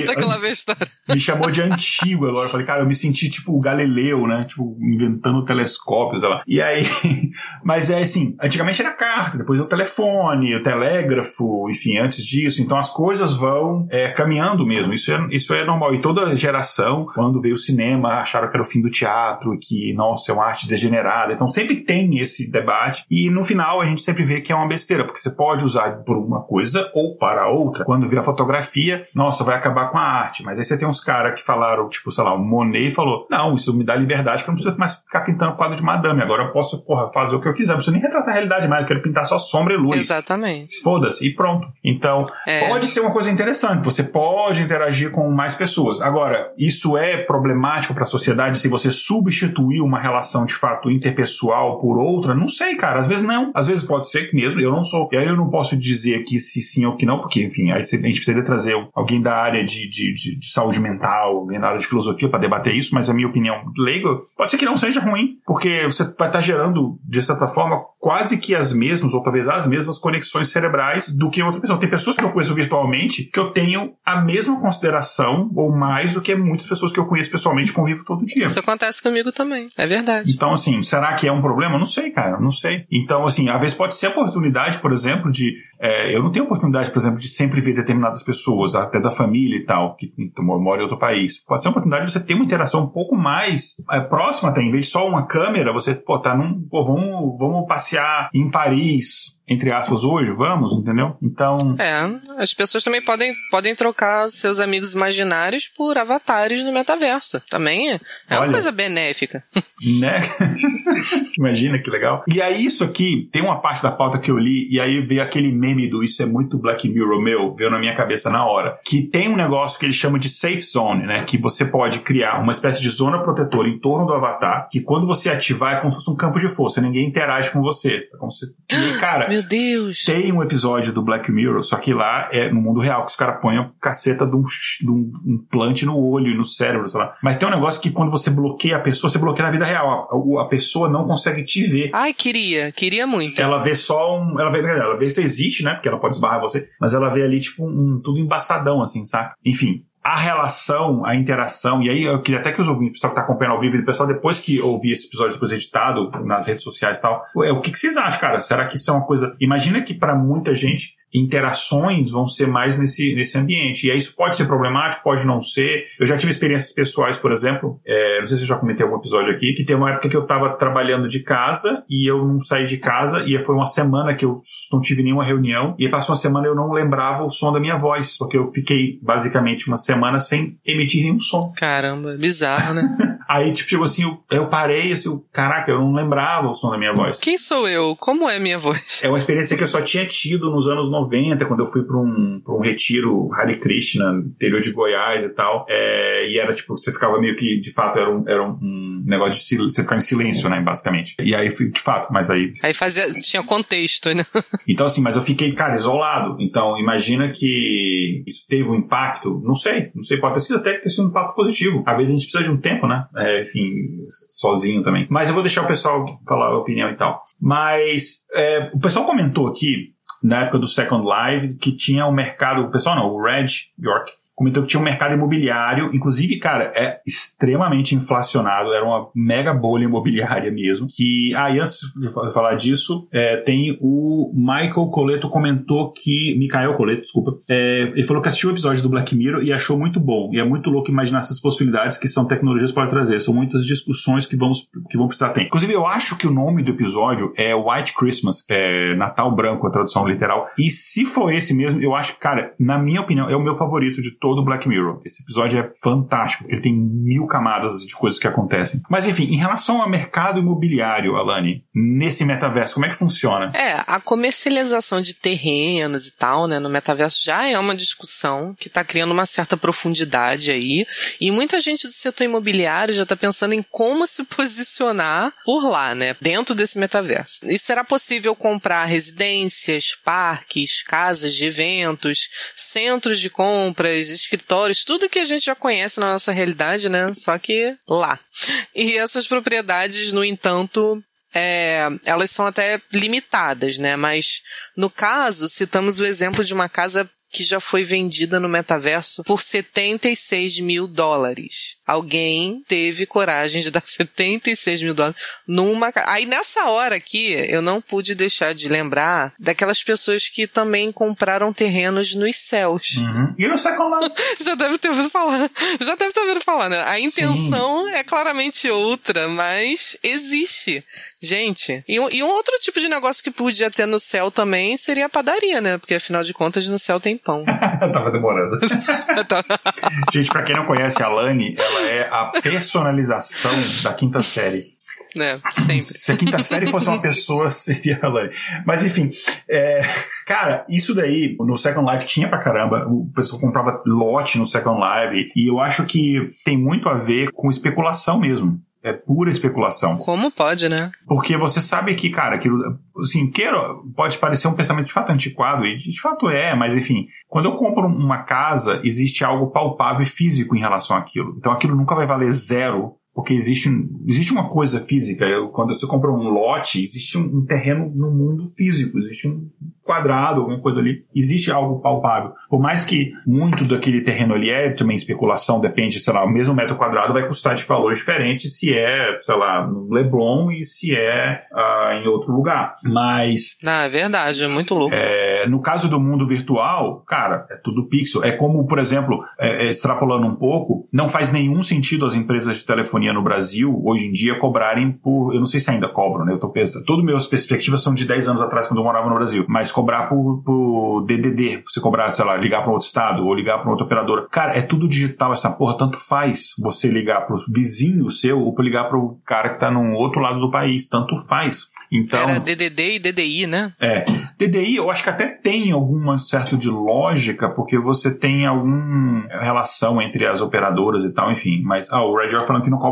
me chamou de antigo agora. Eu falei, cara, eu me senti tipo o Galileu, né? Tipo, inventando telescópios, sei lá. E aí, mas é assim, antigamente era carta, depois o telefone, o telégrafo, enfim, antes disso. Então as coisas vão é, caminhando mesmo. Isso é, isso é normal. E toda geração, quando veio o cinema, acharam que era o fim do teatro, que, nossa, é uma arte degenerada. Então sempre tem esse debate. E no final a gente sempre vê que é uma besteira, porque você pode usar por uma coisa ou para outra. Quando vê a fotografia, nossa, vai acabar com a arte. Mas aí você tem uns caras que falaram, tipo, sei lá, o Monet falou, não, isso me dá liberdade, que eu não preciso mais ficar pintando quadro de madame. Agora eu posso, porra, fazer o que eu quiser. Não preciso nem retratar a realidade mais, eu quero pintar só sombra e luz. Exatamente. Foda-se, e pronto. Então, é. pode ser uma coisa interessante. Você pode interagir com mais pessoas. Agora, isso é problemático para a sociedade se você substituir uma relação de fato interpessoal por outra? Não sei, cara. Às vezes não. Às vezes pode ser mesmo. Eu não sou. E aí eu não posso dizer aqui se sim ou que não, porque, enfim, aí a gente precisaria trazer alguém da área de, de, de, de saúde mental, alguém da área de filosofia para debater isso, mas a minha opinião leiga pode ser que não seja ruim, porque você vai estar gerando, de certa forma, quase que as mesmas, ou talvez as mesmas conexões cerebrais do que outra pessoa. Tem pessoas que eu conheço virtualmente que eu tenho a mesma consideração, ou mais, do que muitas pessoas que eu conheço pessoalmente e convivo todo dia. Isso acontece comigo também, é verdade. Então, assim, será que é um problema? Não sei, cara, não sei. Então, assim, às vezes pode ser a oportunidade, por exemplo, de... É, eu não tenho oportunidade, por exemplo, de sempre ver determinadas pessoas, até da família e tal, que mora em outro país. Pode ser a oportunidade de você ter uma interação um pouco mais é, próxima até, em vez de só uma câmera, você, pô, tá num... Pô, vamos, vamos passear em Paris, entre aspas, hoje, vamos, entendeu? Então... É, as pessoas também podem, podem trocar seus amigos imaginários por avatares no metaverso. Também é, é uma coisa benéfica. Né? Imagina que legal. E aí isso aqui, tem uma parte da pauta que eu li, e aí veio aquele meme do isso é muito Black Mirror meu, veio na minha cabeça na hora, que tem um negócio que eles chamam de Safe Zone, né? Que você pode criar uma espécie de zona protetora em torno do avatar, que quando você ativar é como se fosse um campo de força, ninguém interage com você. É como se... E, cara... Meu Deus! Tem um episódio do Black Mirror, só que lá é no mundo real, que os caras põem a caceta de um, de um implante no olho e no cérebro, sei lá. Mas tem um negócio que quando você bloqueia a pessoa, você bloqueia na vida real. A, a pessoa não consegue te ver. Ai, queria. Queria muito. Ela vê só um... Ela vê, ela vê se existe, né? Porque ela pode esbarrar você. Mas ela vê ali, tipo, um, um tudo embaçadão, assim, saca? Enfim. a relação, a interação, e aí eu queria até que os ouvintes, o pessoal que tá acompanhando ao vivo, e o pessoal depois que ouvir esse episódio, depois editado, nas redes sociais e tal, o que, que vocês acham, cara? Será que isso é uma coisa... Imagina que para muita gente, interações vão ser mais nesse, nesse ambiente. E aí isso pode ser problemático, pode não ser. Eu já tive experiências pessoais, por exemplo, é, não sei se eu já comentei algum episódio aqui, que teve uma época que eu tava trabalhando de casa e eu não saí de casa e foi uma semana que eu não tive nenhuma reunião e passou uma semana eu não lembrava o som da minha voz, porque eu fiquei basicamente uma semana sem emitir nenhum som. Caramba, bizarro, né? Aí, tipo, chegou assim, eu, eu parei, assim, eu, caraca, eu não lembrava o som da minha voz. Quem sou eu? Como é minha voz? É uma experiência que eu só tinha tido nos anos noventa, quando eu fui pra um, pra um retiro Hare Krishna, no interior de Goiás e tal. É, e era, tipo, você ficava meio que, de fato, era um, era um negócio de silêncio, você ficava em silêncio, né, basicamente. E aí, de fato, mas aí... Aí fazia, tinha contexto, né? Então, assim, mas eu fiquei, cara, isolado. Então, imagina que isso teve um impacto, não sei, não sei, pode ter sido até que ter sido um impacto positivo. Às vezes a gente precisa de um tempo, né? É, enfim, sozinho também. Mas eu vou deixar o pessoal falar a opinião e tal. Mas é, o pessoal comentou aqui, na época do Second Life, que tinha um mercado, o pessoal não, o Red York, comentou que tinha um mercado imobiliário, inclusive, cara, é extremamente inflacionado, era uma mega bolha imobiliária mesmo, que, ah, e antes de falar disso, é, tem o Michael Coleto comentou que, Michael Coleto, desculpa, é, ele falou que assistiu o episódio do Black Mirror e achou muito bom, e é muito louco imaginar essas possibilidades que são tecnologias podem trazer, são muitas discussões que, vamos, que vão precisar ter. Inclusive, eu acho que o nome do episódio é White Christmas, é Natal Branco, a tradução literal, e se for esse mesmo, eu acho que, cara, na minha opinião, é o meu favorito de todos do Black Mirror. Esse episódio é fantástico. Ele tem mil camadas de coisas que acontecem. Mas, enfim, em relação ao mercado imobiliário, Alane, nesse metaverso, como é que funciona? É, a comercialização de terrenos e tal, né, no metaverso já é uma discussão que está criando uma certa profundidade aí. E muita gente do setor imobiliário já está pensando em como se posicionar por lá, né, dentro desse metaverso. E será possível comprar residências, parques, casas de eventos, centros de compras, escritórios, tudo que a gente já conhece na nossa realidade, né? Só que lá. E essas propriedades, no entanto, é, elas são até limitadas, né? Mas, no caso, citamos o exemplo de uma casa que já foi vendida no metaverso por setenta e seis mil dólares. Alguém teve coragem de dar setenta e seis mil dólares numa casa. Aí nessa hora aqui, eu não pude deixar de lembrar daquelas pessoas que também compraram terrenos nos céus. Uhum. E no Second Life? Já deve ter ouvido falar. Já deve ter ouvido falar, né? A intenção Sim. é claramente outra, mas existe. Gente, e um, e um outro tipo de negócio que podia ter no céu também seria a padaria, né? Porque afinal de contas no céu tem pão. Tava demorando. Gente, pra quem não conhece a Alane, ela é a personalização da quinta série. É, sempre. Se a quinta série fosse uma pessoa, seria a Alane. Mas enfim, é, cara, isso daí no Second Life tinha pra caramba. O pessoal comprava lote no Second Life e eu acho que tem muito a ver com especulação mesmo. É pura especulação. Como pode, né? Porque você sabe que, cara, aquilo, assim, queiro, pode parecer um pensamento de fato antiquado, e de fato é, mas enfim, quando eu compro uma casa, existe algo palpável e físico em relação àquilo. Então aquilo nunca vai valer zero, porque existe, existe uma coisa física. Eu, quando você compra um lote, existe um, um terreno no mundo físico, existe um quadrado, alguma coisa ali, existe algo palpável. Por mais que muito daquele terreno ali é também especulação, depende, sei lá, o mesmo metro quadrado vai custar de valores diferentes se é, sei lá, no Leblon e se é uh, em outro lugar. Mas... Ah, é verdade, é muito louco. É, no caso do mundo virtual, cara, é tudo pixel. É como, por exemplo, é, é, extrapolando um pouco, não faz nenhum sentido as empresas de telefonia no Brasil, hoje em dia, cobrarem por... Eu não sei se ainda cobram, né? Eu tô pensando... Todas as minhas perspectivas são de dez anos atrás, quando eu morava no Brasil. Mas cobrar por, por D D D. Você cobrar, sei lá, ligar para outro estado ou ligar para outra operadora. Cara, é tudo digital essa porra. Tanto faz você ligar pro vizinho seu ou ligar pro cara que tá num outro lado do país. Tanto faz. Então... Era D D D e D D I, né? É. D D I eu acho que até tem algum certo de lógica, porque você tem alguma relação entre as operadoras e tal, enfim. Mas, ah, o Red York falando que não cobra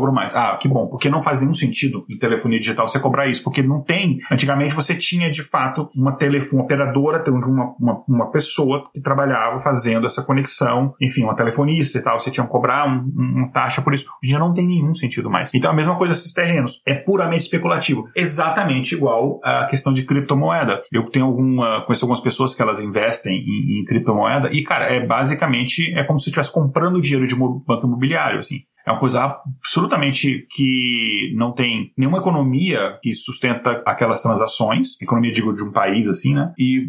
cobro mais. Ah, que bom, porque não faz nenhum sentido em telefonia digital você cobrar isso, porque não tem, antigamente você tinha de fato uma telefone, uma operadora, uma, uma, uma pessoa que trabalhava fazendo essa conexão, enfim, uma telefonista e tal, você tinha que cobrar um, um, uma taxa por isso. Hoje em dia não tem nenhum sentido mais. Então a mesma coisa esses terrenos, é puramente especulativo, exatamente igual a questão de criptomoeda. Eu tenho alguma, conheço algumas pessoas que elas investem em, em criptomoeda e, cara, é basicamente, é como se estivesse comprando dinheiro de um banco imobiliário, assim. É uma coisa absolutamente que não tem nenhuma economia que sustenta aquelas transações, economia, digo, de um país, assim, né? E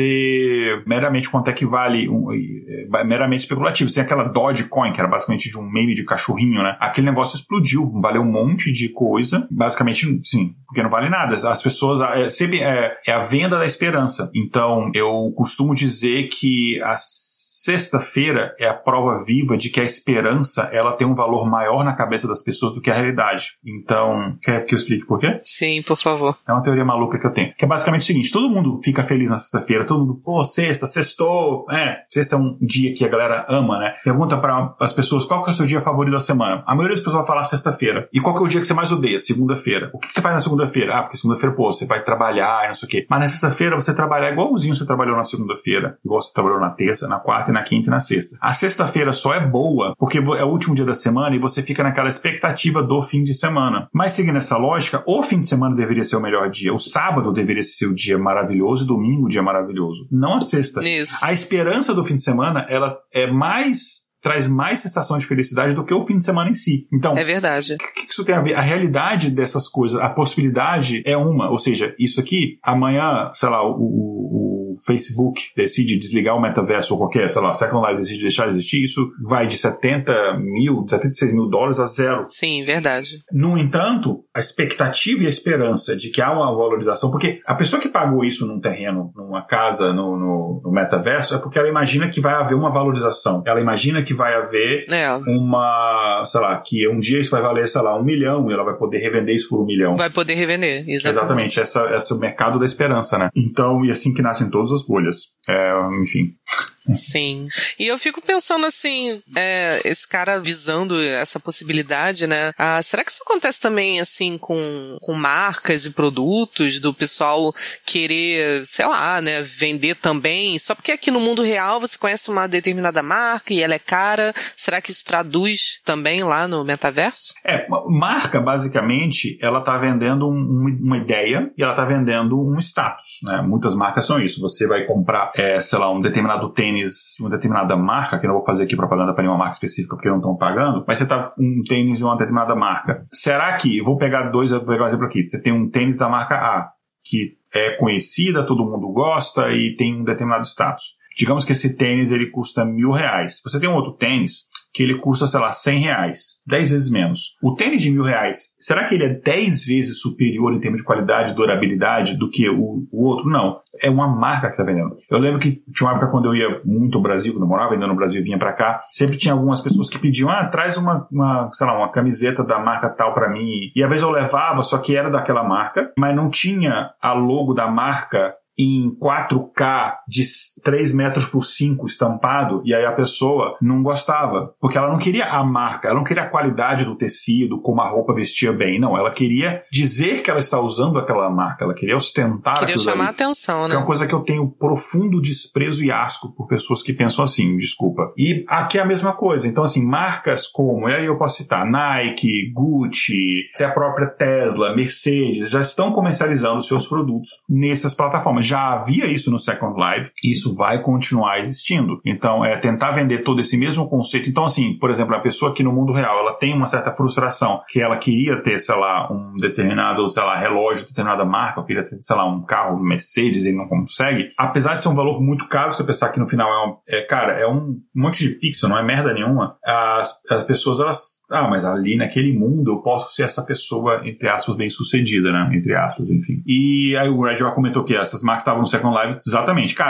você, meramente, quanto é que vale, um, é meramente especulativo. Você tem aquela Dogecoin, que era basicamente de um meme de cachorrinho, né? Aquele negócio explodiu, valeu um monte de coisa, basicamente, sim, porque não vale nada. As pessoas, é, sempre é, é a venda da esperança. Então, eu costumo dizer que as sexta-feira é a prova viva de que a esperança, ela tem um valor maior na cabeça das pessoas do que a realidade. Então, quer que eu explique por quê? Sim, por favor. É uma teoria maluca que eu tenho. Que é basicamente o seguinte, todo mundo fica feliz na sexta-feira, todo mundo, pô, sexta, sextou, é, sexta é um dia que a galera ama, né? Pergunta para as pessoas qual que é o seu dia favorito da semana. A maioria das pessoas vai falar sexta-feira. E qual que é o dia que você mais odeia? Segunda-feira. O que você faz na segunda-feira? Ah, porque segunda-feira, pô, você vai trabalhar e não sei o quê. Mas na sexta-feira você trabalha igualzinho você trabalhou na segunda-feira, igual você trabalhou na terça, na quarta, na quinta e na sexta. A sexta-feira só é boa porque é o último dia da semana e você fica naquela expectativa do fim de semana. Mas seguindo essa lógica, o fim de semana deveria ser o melhor dia. O sábado deveria ser o dia maravilhoso e domingo o dia maravilhoso. Não a sexta. Isso. A esperança do fim de semana, ela é mais... traz mais sensação de felicidade do que o fim de semana em si. Então, é verdade. O que, que isso tem a ver? A realidade dessas coisas, a possibilidade é uma, ou seja, isso aqui, amanhã, sei lá, o, o, o Facebook decide desligar o metaverso ou qualquer, sei lá, Second Life decide deixar de existir, isso vai de setenta mil, setenta e seis mil dólares a zero. Sim, verdade. No entanto, a expectativa e a esperança de que há uma valorização, porque a pessoa que pagou isso num terreno, numa casa, no, no, no metaverso, é porque ela imagina que vai haver uma valorização. Ela imagina que vai haver é. uma, sei lá, que um dia isso vai valer, sei lá, um milhão e ela vai poder revender isso por um milhão. Vai poder revender, exatamente. Exatamente, essa, esse é o mercado da esperança, né? Então, e assim que nascem todas as bolhas. É, enfim... Sim. E eu fico pensando assim, é, esse cara visando essa possibilidade, né? Ah, será que isso acontece também, assim, com, com marcas e produtos do pessoal querer, sei lá, né, vender também? Só porque aqui no mundo real você conhece uma determinada marca e ela é cara. Será que isso traduz também lá no metaverso? É, marca, basicamente, ela tá vendendo um, uma ideia e ela tá vendendo um status, né? Muitas marcas são isso. Você vai comprar, é, sei lá, um determinado tênis de uma determinada marca, que eu não vou fazer aqui propaganda para nenhuma marca específica porque não estão pagando, mas você tá um tênis de uma determinada marca. Será que, eu vou pegar dois, eu vou pegar um exemplo aqui, você tem um tênis da marca A, que é conhecida, todo mundo gosta e tem um determinado status. Digamos que esse tênis ele custa mil reais. Você tem um outro tênis que ele custa, sei lá, cem reais. dez vezes menos. O tênis de mil reais, será que ele é dez vezes superior em termos de qualidade e durabilidade do que o, o outro? Não. É uma marca que está vendendo. Eu lembro que tinha uma época quando eu ia muito ao Brasil, quando eu morava ainda no Brasil e vinha pra cá, sempre tinha algumas pessoas que pediam, ah, traz uma, uma sei lá, uma camiseta da marca tal pra mim. E às vezes eu levava, só que era daquela marca, mas não tinha a logo da marca em quatro K de três metros por cinco estampado, e aí a pessoa não gostava, porque ela não queria a marca, ela não queria a qualidade do tecido, como a roupa vestia bem, não, ela queria dizer que ela está usando aquela marca, ela queria ostentar queria aquilo chamar ali. a atenção, né? Que é uma coisa que eu tenho profundo desprezo e asco por pessoas que pensam assim, desculpa. E aqui é a mesma coisa, então assim, marcas como, e aí eu posso citar Nike, Gucci, até a própria Tesla, Mercedes, já estão comercializando seus produtos nessas plataformas. Já havia isso no Second Life, e isso vai continuar existindo. Então, é tentar vender todo esse mesmo conceito. Então, assim, por exemplo, a pessoa que no mundo real, ela tem uma certa frustração, que ela queria ter, sei lá, um determinado, sei lá, relógio de determinada marca, ou queria ter, sei lá, um carro Mercedes e não consegue. Apesar de ser um valor muito caro, você pensar que no final é, um, é cara, é um monte de pixel, não é merda nenhuma. As, as pessoas, elas, ah, mas ali naquele mundo eu posso ser essa pessoa, entre aspas, bem-sucedida, né? Entre aspas, enfim. E aí o Red já comentou que essas marcas estavam no Second Life, exatamente. Cara, o metaverso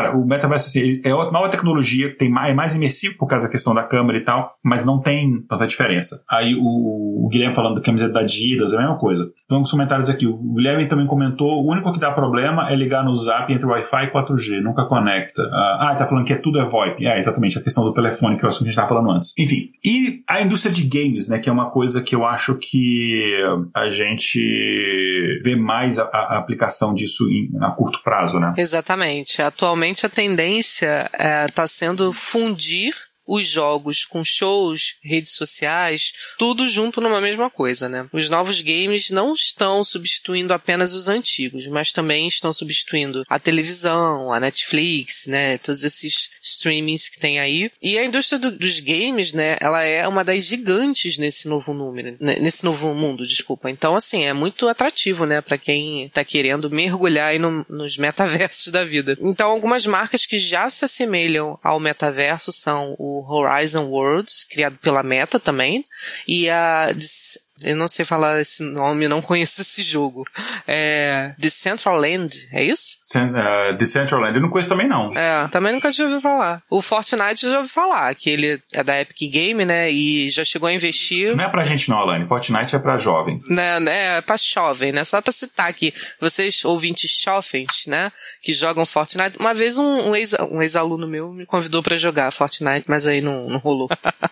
metaverso, assim, é nova tecnologia, tem mais, é mais imersivo por causa da questão da câmera e tal, mas não tem tanta diferença. Aí o, o Guilherme falando da camiseta da Adidas, é a mesma coisa. Então, alguns comentários aqui. O Guilherme também comentou, o único que dá problema é ligar no Zap entre Wi-Fi e quatro G, nunca conecta. Ah, tá falando que é tudo é VoIP. É, exatamente, a questão do telefone, que é o assunto que a gente estava falando antes. Enfim, e a indústria de games, né, que é uma coisa que eu acho que a gente vê mais a, a aplicação disso em, a curto prazo, né? Exatamente. Atualmente a tendência está é, sendo fundir os jogos com shows, redes sociais, tudo junto numa mesma coisa, né? Os novos games não estão substituindo apenas os antigos, mas também estão substituindo a televisão, a Netflix, né? Todos esses streamings que tem aí. E a indústria do, dos games, né? Ela é uma das gigantes nesse novo número, né? Nesse novo mundo, desculpa. Então, assim, é muito atrativo, né? Pra quem tá querendo mergulhar aí no, nos metaversos da vida. Então, algumas marcas que já se assemelham ao metaverso são o Horizon Worlds, criado pela Meta também, e a... eu não sei falar esse nome, não conheço esse jogo. É... Decentraland, é isso? Uh, Decentraland, eu não conheço também não. É, também nunca tinha ouvido falar. O Fortnite eu já ouvi falar, que ele é da Epic Game, né, e já chegou a investir... Não é pra gente não, Alane, Fortnite é pra jovem. Né, né, é pra jovem, né, só pra citar aqui, vocês ouvintes jovens, né, que jogam Fortnite. Uma vez um, um, ex, um ex-aluno meu me convidou pra jogar Fortnite, mas aí não, não rolou.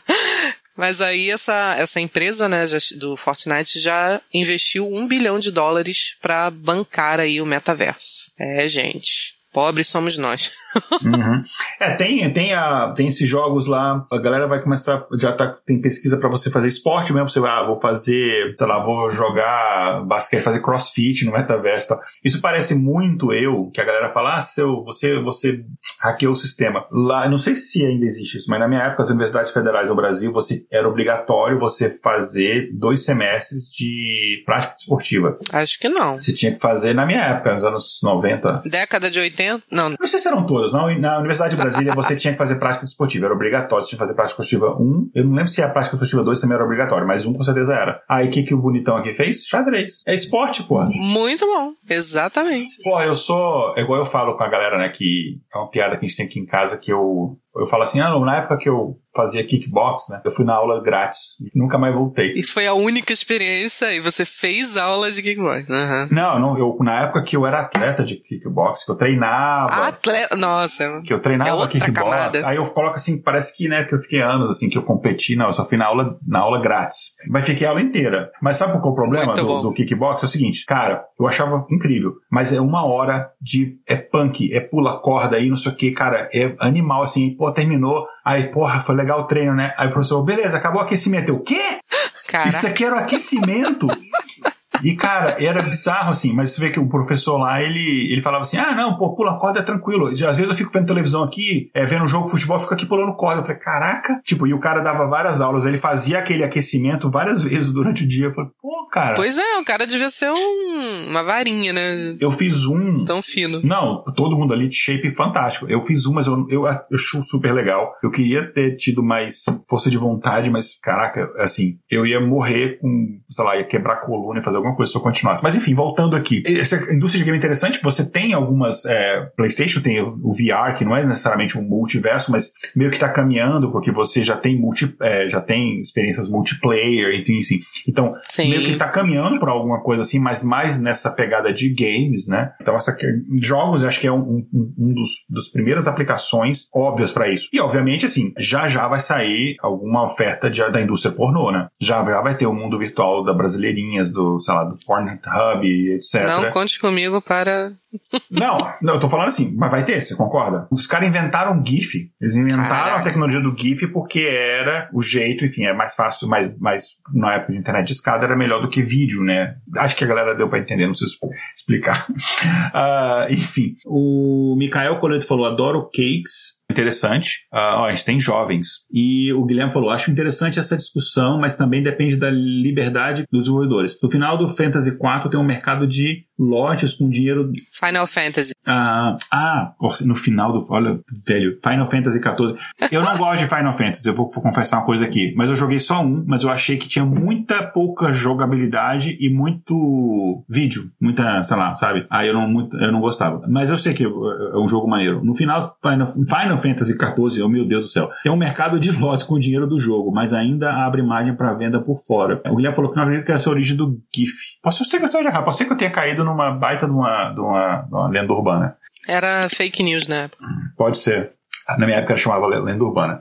Mas aí essa, essa empresa, né, já, do Fortnite já investiu um bilhão de dólares pra bancar aí o metaverso. É, gente... Pobres somos nós. Uhum. É, tem, tem, a, tem esses jogos lá, a galera vai começar, já tá, tem pesquisa pra você fazer esporte mesmo, você vai, ah, vou fazer, sei lá, vou jogar basquete, fazer crossfit no metaverso, tá? Isso parece muito eu, que a galera fala, ah, seu, você, você hackeou o sistema. Lá, eu não sei se ainda existe isso, mas na minha época, as universidades federais no Brasil, você, era obrigatório você fazer dois semestres de prática esportiva. Acho que não. Você tinha que fazer na minha época, nos anos noventa. Década de oitenta? Não. Não sei se eram todas. Na, na Universidade de Brasília você tinha que fazer prática esportiva. Era obrigatório. Você tinha que fazer prática esportiva um. Eu não lembro se a prática esportiva dois também era obrigatório, mas um com certeza era. Aí o que, que o bonitão aqui fez? Xadrez. É esporte, pô. Muito bom. Exatamente. Pô, eu sou... É igual eu falo com a galera, né, que é uma piada que a gente tem aqui em casa, que eu... Eu falo assim, ah, não, na época que eu fazia kickbox, né, eu fui na aula grátis e nunca mais voltei. E foi a única experiência e você fez aula de kickbox. Uhum. Não, não, eu, na época que eu era atleta de kickbox, que eu treinava. Atleta? Nossa. Que eu treinava é kickbox. Camada. Aí eu coloco assim, parece que, né, que eu fiquei anos, assim, que eu competi. Não, eu só fui na aula, na aula grátis. Mas fiquei a aula inteira. Mas sabe qual é o problema do, do kickbox? É o seguinte, cara, eu achava incrível, mas é uma hora de, é punk, é pula corda aí, não sei o que, cara, é animal, assim, pô, terminou. Aí, porra, foi legal o treino, né? Aí o professor, beleza, acabou o aquecimento. Eu, o quê? Caraca. Isso aqui era o aquecimento? E, cara, era bizarro, assim, mas você vê que o professor lá, ele, ele falava assim, ah, não, pô, pula corda é tranquilo. Às vezes eu fico vendo televisão aqui, é, vendo um jogo de futebol, eu fico aqui pulando corda. Eu falei, caraca. Tipo, e o cara dava várias aulas, ele fazia aquele aquecimento várias vezes durante o dia. Eu falei, pô, cara. Pois é, o cara devia ser um, uma varinha, né? Eu fiz um... Tão fino. Não, todo mundo ali de shape fantástico. Eu fiz um, mas eu, eu, eu acho super legal. Eu queria ter tido mais força de vontade, mas, caraca, assim, eu ia morrer com, sei lá, ia quebrar a coluna e fazer alguma coisa se eu continuasse. Mas enfim, voltando aqui. Essa indústria de game é interessante, você tem algumas é, PlayStation, tem o V R, que não é necessariamente um multiverso, mas meio que tá caminhando, porque você já tem multi, é, já tem experiências multiplayer, enfim, assim. Então, Sim. meio que tá caminhando pra alguma coisa assim, mas mais nessa pegada de games, né? Então, essa, jogos, eu acho que é um, um, um dos, dos primeiras aplicações óbvias pra isso. E, obviamente, assim, já já vai sair alguma oferta de, da indústria pornô, né? Já, já vai ter o mundo virtual da Brasileirinhas, do, sei lá, do Pornhub, etcétera. Não conte comigo para... Não, não, eu tô falando assim, mas vai ter, você concorda? Os caras inventaram o GIF. Eles inventaram Caraca. a tecnologia do GIF porque era o jeito, enfim, é mais fácil, mais, mais na época de internet de escada era melhor do que vídeo, né? Acho que a galera deu pra entender, não preciso explicar. uh, enfim, o Mikael Coleto falou, adoro cakes. interessante. Uh, ó, a gente tem jovens. E o Guilherme falou, acho interessante essa discussão, mas também depende da liberdade dos desenvolvedores. No final do Fantasy quatro tem um mercado de lotes com dinheiro... Final Fantasy. Ah, ah, no final do... Olha, velho, Final Fantasy quatorze. Eu não gosto de Final Fantasy, eu vou, vou confessar uma coisa aqui. Mas eu joguei só um, mas eu achei que tinha muita pouca jogabilidade e muito vídeo. Muita, sei lá, sabe? Aí eu não, muito, eu não gostava. Mas eu sei que é um jogo maneiro. No final, Final, Final Fantasy quatorze, oh meu Deus do céu, tem um mercado de lotes com o dinheiro do jogo, mas ainda abre margem para venda por fora. O Guilherme falou que não acredita que essa é a origem do GIF. Posso ser que eu esteja errado, pode ser que eu tenha caído numa baita de uma, de uma, de uma lenda urbana. Era fake news na época. Pode ser. Na minha época chamava lenda urbana.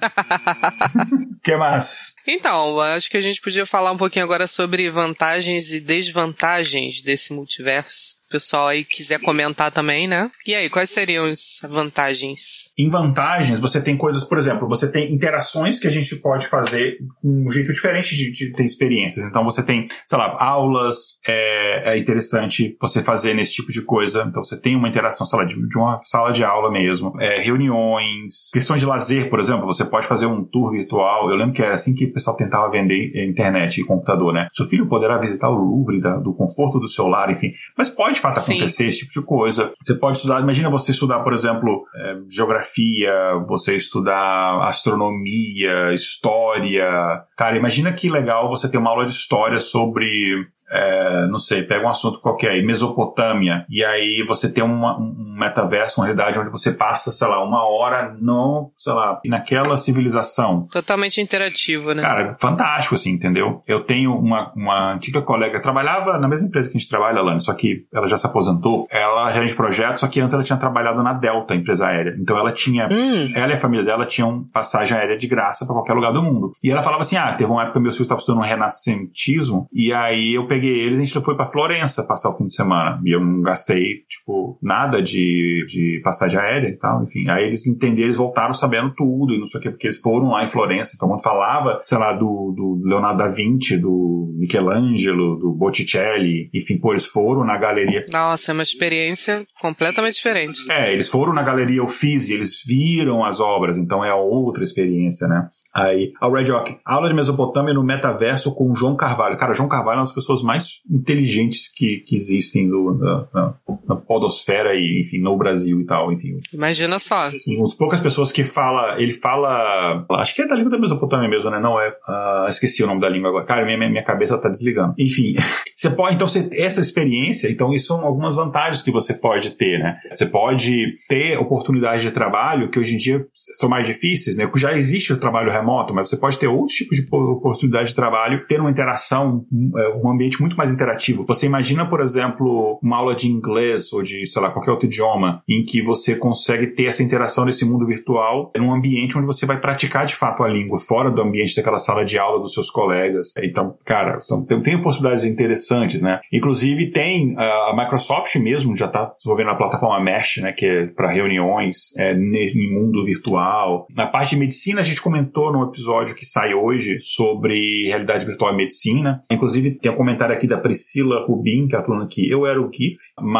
O que mais? Então, acho que a gente podia falar um pouquinho agora sobre vantagens e desvantagens desse multiverso. O pessoal aí quiser comentar também, né? E aí, quais seriam as vantagens? Em vantagens, você tem coisas, por exemplo, você tem interações que a gente pode fazer com um jeito diferente de, de ter experiências. Então você tem, sei lá, aulas, é, é interessante você fazer nesse tipo de coisa. Então você tem uma interação, sei lá, de, de uma sala de aula mesmo. É, reuniões, questões de lazer, por exemplo, você pode fazer um tour virtual. Eu lembro que é assim que o pessoal tentava vender internet e computador, né? Seu filho poderá visitar o Louvre da, do conforto do seu lar, enfim. Mas pode de fato acontecer Sim. esse tipo de coisa. Você pode estudar, imagina você estudar, por exemplo, é, geografia, você estudar astronomia, história. Cara, imagina que legal você ter uma aula de história sobre... É, não sei, pega um assunto qualquer aí, Mesopotâmia, e aí você tem uma, um metaverso, uma realidade onde você passa, sei lá, uma hora no, sei lá, naquela civilização. Totalmente interativo, né? Cara, fantástico, assim, entendeu? Eu tenho uma, uma antiga colega, trabalhava na mesma empresa que a gente trabalha, Alane, só que ela já se aposentou, ela era gerente de projeto, só que antes ela tinha trabalhado na Delta, empresa aérea, então ela tinha, hum. ela e a família dela tinham passagem aérea de graça pra qualquer lugar do mundo. E ela falava assim, ah, teve uma época que meus filhos estavam estudando renascentismo, e aí eu peguei peguei eles, a gente foi pra Florença passar o fim de semana. E eu não gastei, tipo, nada de, de passagem aérea e tal, enfim. Aí eles entenderam, eles voltaram sabendo tudo e não sei o que, porque eles foram lá em Florença. Então, quando falava, sei lá, do, do Leonardo da Vinci, do Michelangelo, do Botticelli, enfim, pô, eles foram na galeria. Nossa, é uma experiência completamente diferente. É, eles foram na galeria Uffizi, eles viram as obras, então é outra experiência, né? Aí, a Red Rock, aula de Mesopotâmia no metaverso com o João Carvalho. Cara, o João Carvalho é uma das pessoas mais inteligentes que, que existem do, na, na, na podosfera e, enfim, no Brasil e tal, enfim. Imagina só. As poucas pessoas que fala, ele fala, acho que é da língua da Mesopotâmia mesmo, né? Não é, uh, esqueci o nome da língua agora. Cara, minha, minha cabeça tá desligando. Enfim, você pode, então, você, essa experiência, então, isso são algumas vantagens que você pode ter, né? Você pode ter oportunidades de trabalho que hoje em dia são mais difíceis, né? Já existe o trabalho remoto, mas você pode ter outros tipos de oportunidade de trabalho, ter uma interação, um ambiente muito mais interativo. Você imagina, por exemplo, uma aula de inglês ou de, sei lá, qualquer outro idioma, em que você consegue ter essa interação nesse mundo virtual, num ambiente onde você vai praticar de fato a língua, fora do ambiente daquela sala de aula dos seus colegas. Então, cara, tem, tem possibilidades interessantes, né? Inclusive, tem a Microsoft mesmo, já está desenvolvendo a plataforma Mesh, né, que é para reuniões é, em mundo virtual. Na parte de medicina, a gente comentou no episódio que sai hoje sobre realidade virtual e medicina. Inclusive, tem um comentário aqui da Priscila Rubin, que ela falando que eu era o GIF,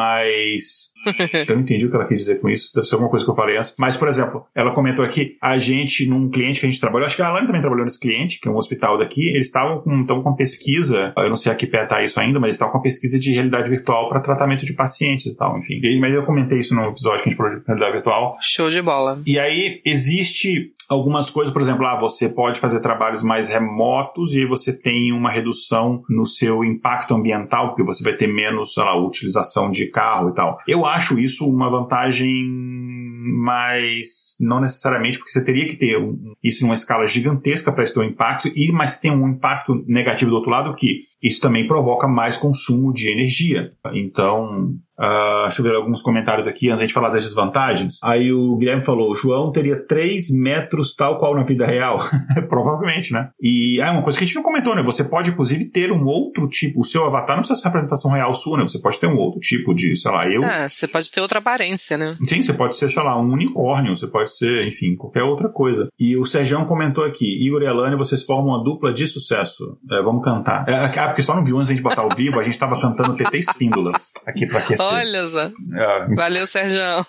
mas... eu não entendi o que ela quis dizer com isso, deve ser alguma coisa que eu falei antes. Mas, por exemplo, ela comentou aqui, a gente, num cliente que a gente trabalhou, acho que a Alane também trabalhou nesse cliente, que é um hospital daqui, eles estavam com, então, com pesquisa, eu não sei a que pé tá isso ainda, mas eles estavam com pesquisa de realidade virtual para tratamento de pacientes e tal, enfim. E, mas eu comentei isso no episódio que a gente falou de realidade virtual. Show de bola. E aí, existe algumas coisas, por exemplo, ah, você pode fazer trabalhos mais remotos e aí você tem uma redução no seu impacto ambiental, porque você vai ter menos, sei lá, utilização de carro e tal. Eu acho isso uma vantagem, mas não necessariamente, porque você teria que ter um, isso numa escala gigantesca para isso ter um impacto, e, mas tem um impacto negativo do outro lado, que isso também provoca mais consumo de energia. Então... Uh, deixa eu ver alguns comentários aqui antes de falar das desvantagens. Aí o Guilherme falou, o João teria três metros tal qual na vida real. Provavelmente, né? E é ah, uma coisa que a gente não comentou, né? Você pode, inclusive, ter um outro tipo. O seu avatar não precisa ser a representação real sua, né? Você pode ter um outro tipo de, sei lá, eu... É, você pode ter outra aparência, né? Sim, você pode ser, sei lá, um unicórnio. Você pode ser, enfim, qualquer outra coisa. E o Sergião comentou aqui, Igor e Alane, vocês formam uma dupla de sucesso. É, vamos cantar. É, ah, porque só não viu antes de a gente botar ao vivo, a gente tava cantando T T Espíndola aqui pra aquecer. Olha só. Uh, Valeu, Sergião.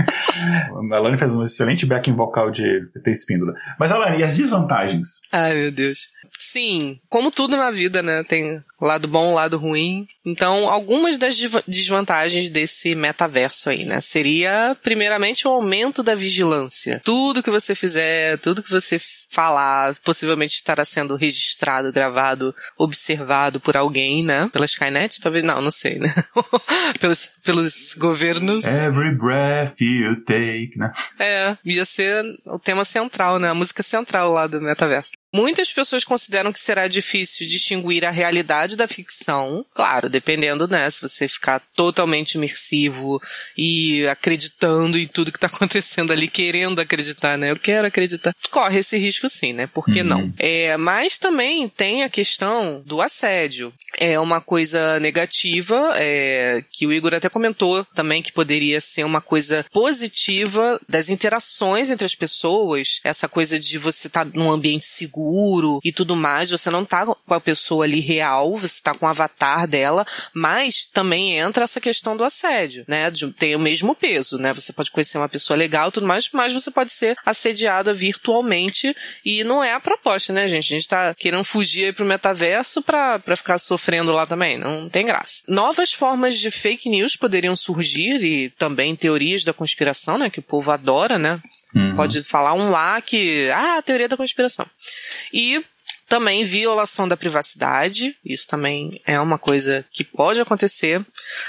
A Alane fez um excelente backing vocal de T. Espíndola. Mas, Alane, e as desvantagens? Ai, meu Deus. Sim, como tudo na vida, né? Tem lado bom, lado ruim. Então, algumas das desvantagens desse metaverso aí, né? Seria, primeiramente, o aumento da vigilância. Tudo que você fizer, tudo que você falar, possivelmente estará sendo registrado, gravado, observado por alguém, né? Pela Skynet? Talvez, não, não sei, né? pelos, pelos governos. Every breath you take, né? É, ia ser o tema central, né? A música central lá do metaverso. Muitas pessoas consideram que será difícil distinguir a realidade da ficção. Claro, dependendo, né? Se você ficar totalmente imersivo e acreditando em tudo que tá acontecendo ali, querendo acreditar, né? Eu quero acreditar. Corre esse risco sim, né? Por que uhum. não? É, mas também tem a questão do assédio. É uma coisa negativa, é, que o Igor até comentou também que poderia ser uma coisa positiva das interações entre as pessoas. Essa coisa de você estar tá num ambiente seguro e tudo mais, você não tá com a pessoa ali real, você tá com o avatar dela, mas também entra essa questão do assédio, né? De, tem o mesmo peso, né? Você pode conhecer uma pessoa legal e tudo mais, mas você pode ser assediada virtualmente e não é a proposta, né, gente? A gente tá querendo fugir aí pro metaverso pra, pra ficar sofrendo lá também, não tem graça. Novas formas de fake news poderiam surgir e também teorias da conspiração, né? Que o povo adora, né? Uhum. Pode falar um lá que... Ah, teoria da conspiração. E também violação da privacidade. Isso também é uma coisa que pode acontecer.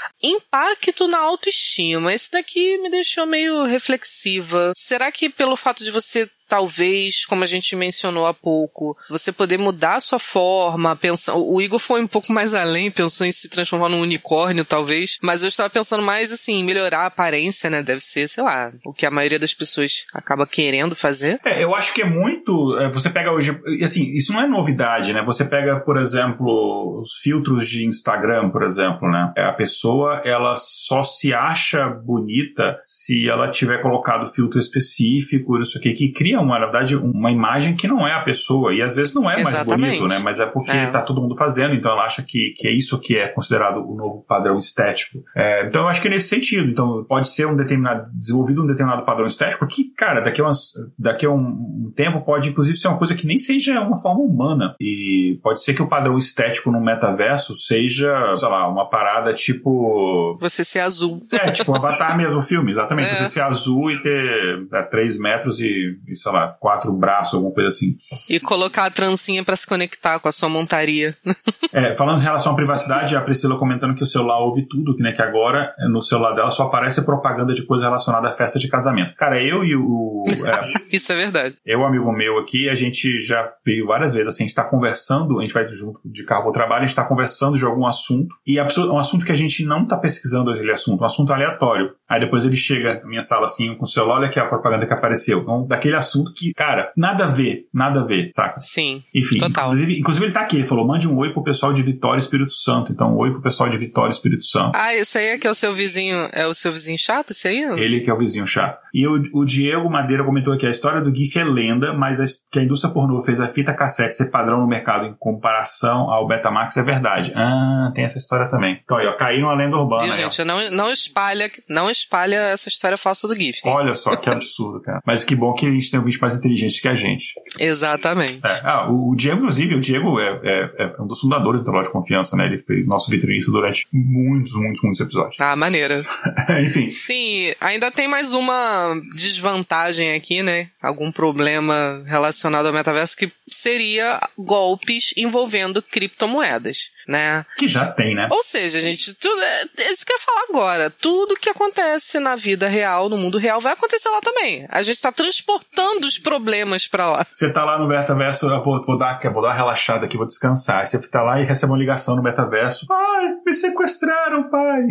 Impacto na autoestima. Esse daqui me deixou meio reflexiva. Será que pelo fato de você... Talvez, como a gente mencionou há pouco, você poder mudar a sua forma, pensar... O Igor foi um pouco mais além, pensou em se transformar num unicórnio, talvez, mas eu estava pensando mais, assim, em melhorar a aparência, né? Deve ser, sei lá, o que a maioria das pessoas acaba querendo fazer. É, eu acho que é muito... É, você pega hoje... Assim, isso não é novidade, né? Você pega, por exemplo, os filtros de Instagram, por exemplo, né? A pessoa, ela só se acha bonita se ela tiver colocado filtro específico, isso aqui, que cria uma, na verdade, uma imagem que não é a pessoa, e às vezes não é Exatamente. mais bonito, né? Mas é porque é. tá todo mundo fazendo, então ela acha que, que é isso que é considerado o novo padrão estético. É, então eu acho que é nesse sentido. Então pode ser um determinado, desenvolvido um determinado padrão estético que, cara, daqui a, umas, daqui a um, um tempo pode inclusive ser uma coisa que nem seja uma forma humana, e pode ser que o padrão estético no metaverso seja, sei lá, uma parada tipo... Você ser azul. É, tipo um Avatar mesmo, o filme, exatamente. É. Você ser azul e ter é, três metros e, e sei lá, quatro braços, alguma coisa assim. E colocar a trancinha pra se conectar com a sua montaria. É, falando em relação à privacidade, a Priscila comentando que o celular ouve tudo, que, né, que agora no celular dela só aparece propaganda de coisa relacionada à festa de casamento. Cara, eu e o... É, isso é verdade. Eu, amigo meu aqui, a gente já veio várias vezes, assim, a gente tá conversando, a gente vai junto de carro pro trabalho, a gente tá conversando de algum assunto, e é um assunto que a gente não tá pesquisando aquele assunto, um assunto aleatório. Aí depois ele chega na minha sala, assim, com o celular, olha aqui a propaganda que apareceu. Então, daquele assunto que, cara, nada a ver, nada a ver, saca? Sim, enfim, total. Inclusive, inclusive ele tá aqui, ele falou, mande um oi pro pessoal de Vitória, Espírito Santo. Então, um oi pro pessoal de Vitória, Espírito Santo. Ah, esse aí é que é o seu vizinho, é o seu vizinho chato, esse aí? Ele que é o vizinho chato. E o, o Diego Madeira comentou aqui, a história do GIF é lenda, mas a, que a indústria pornô fez a fita cassete ser padrão no mercado em comparação ao Betamax é verdade. Ah, tem essa história também. Então aí, ó, caiu uma lenda urbana. E, gente, não, não espalha, não espalha essa história falsa do GIF. Hein? Olha só, que absurdo, cara. Mas que bom que a gente tem um vídeo mais inteligente que a gente. Exatamente. É. Ah, o, o Diego, inclusive, o Diego é, é, é um dos fundadores do Interlógico de Confiança, né? Ele fez nosso vitrinista durante muitos, muitos, muitos episódios. Ah, maneira. Enfim. Sim, ainda tem mais uma desvantagem aqui, né? Algum problema relacionado ao metaverso que seria golpes envolvendo criptomoedas, né? Que já tem, né? Ou seja, gente, tudo, é isso que eu ia falar agora. Tudo que acontece na vida real, no mundo real, vai acontecer lá também. A gente tá transportando os problemas pra lá. Você tá lá no metaverso, eu vou, vou, dar, vou dar uma relaxada aqui, vou descansar. Aí você tá lá e recebe uma ligação no metaverso. Pai, me sequestraram, pai.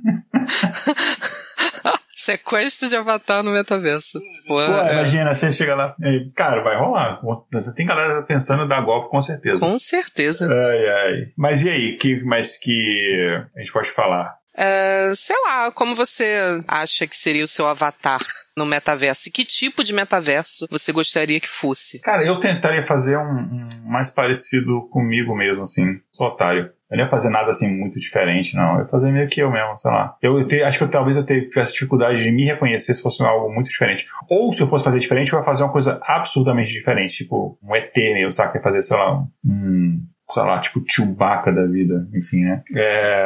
Sequestro de avatar no metaverso. Pô, Pô é. Imagina, você chega lá. Cara, vai rolar. Você tem galera pensando em dar golpe, com certeza. Com certeza. Ai, ai. Mas e aí? Que, mas que a gente pode falar? Uh, sei lá, como você acha que seria o seu avatar no metaverso? E que tipo de metaverso você gostaria que fosse? Cara, eu tentaria fazer um, um mais parecido comigo mesmo, assim. Sou otário. Eu não ia fazer nada assim muito diferente, não. Eu ia fazer meio que eu mesmo, sei lá. Eu, eu te, acho que eu talvez eu tivesse dificuldade de me reconhecer se fosse algo muito diferente. Ou se eu fosse fazer diferente, eu ia fazer uma coisa absurdamente diferente. Tipo, um E T mesmo, sabe? Eu ia fazer, sei lá, um... sei lá, tipo Chewbacca da vida. Enfim, né? É...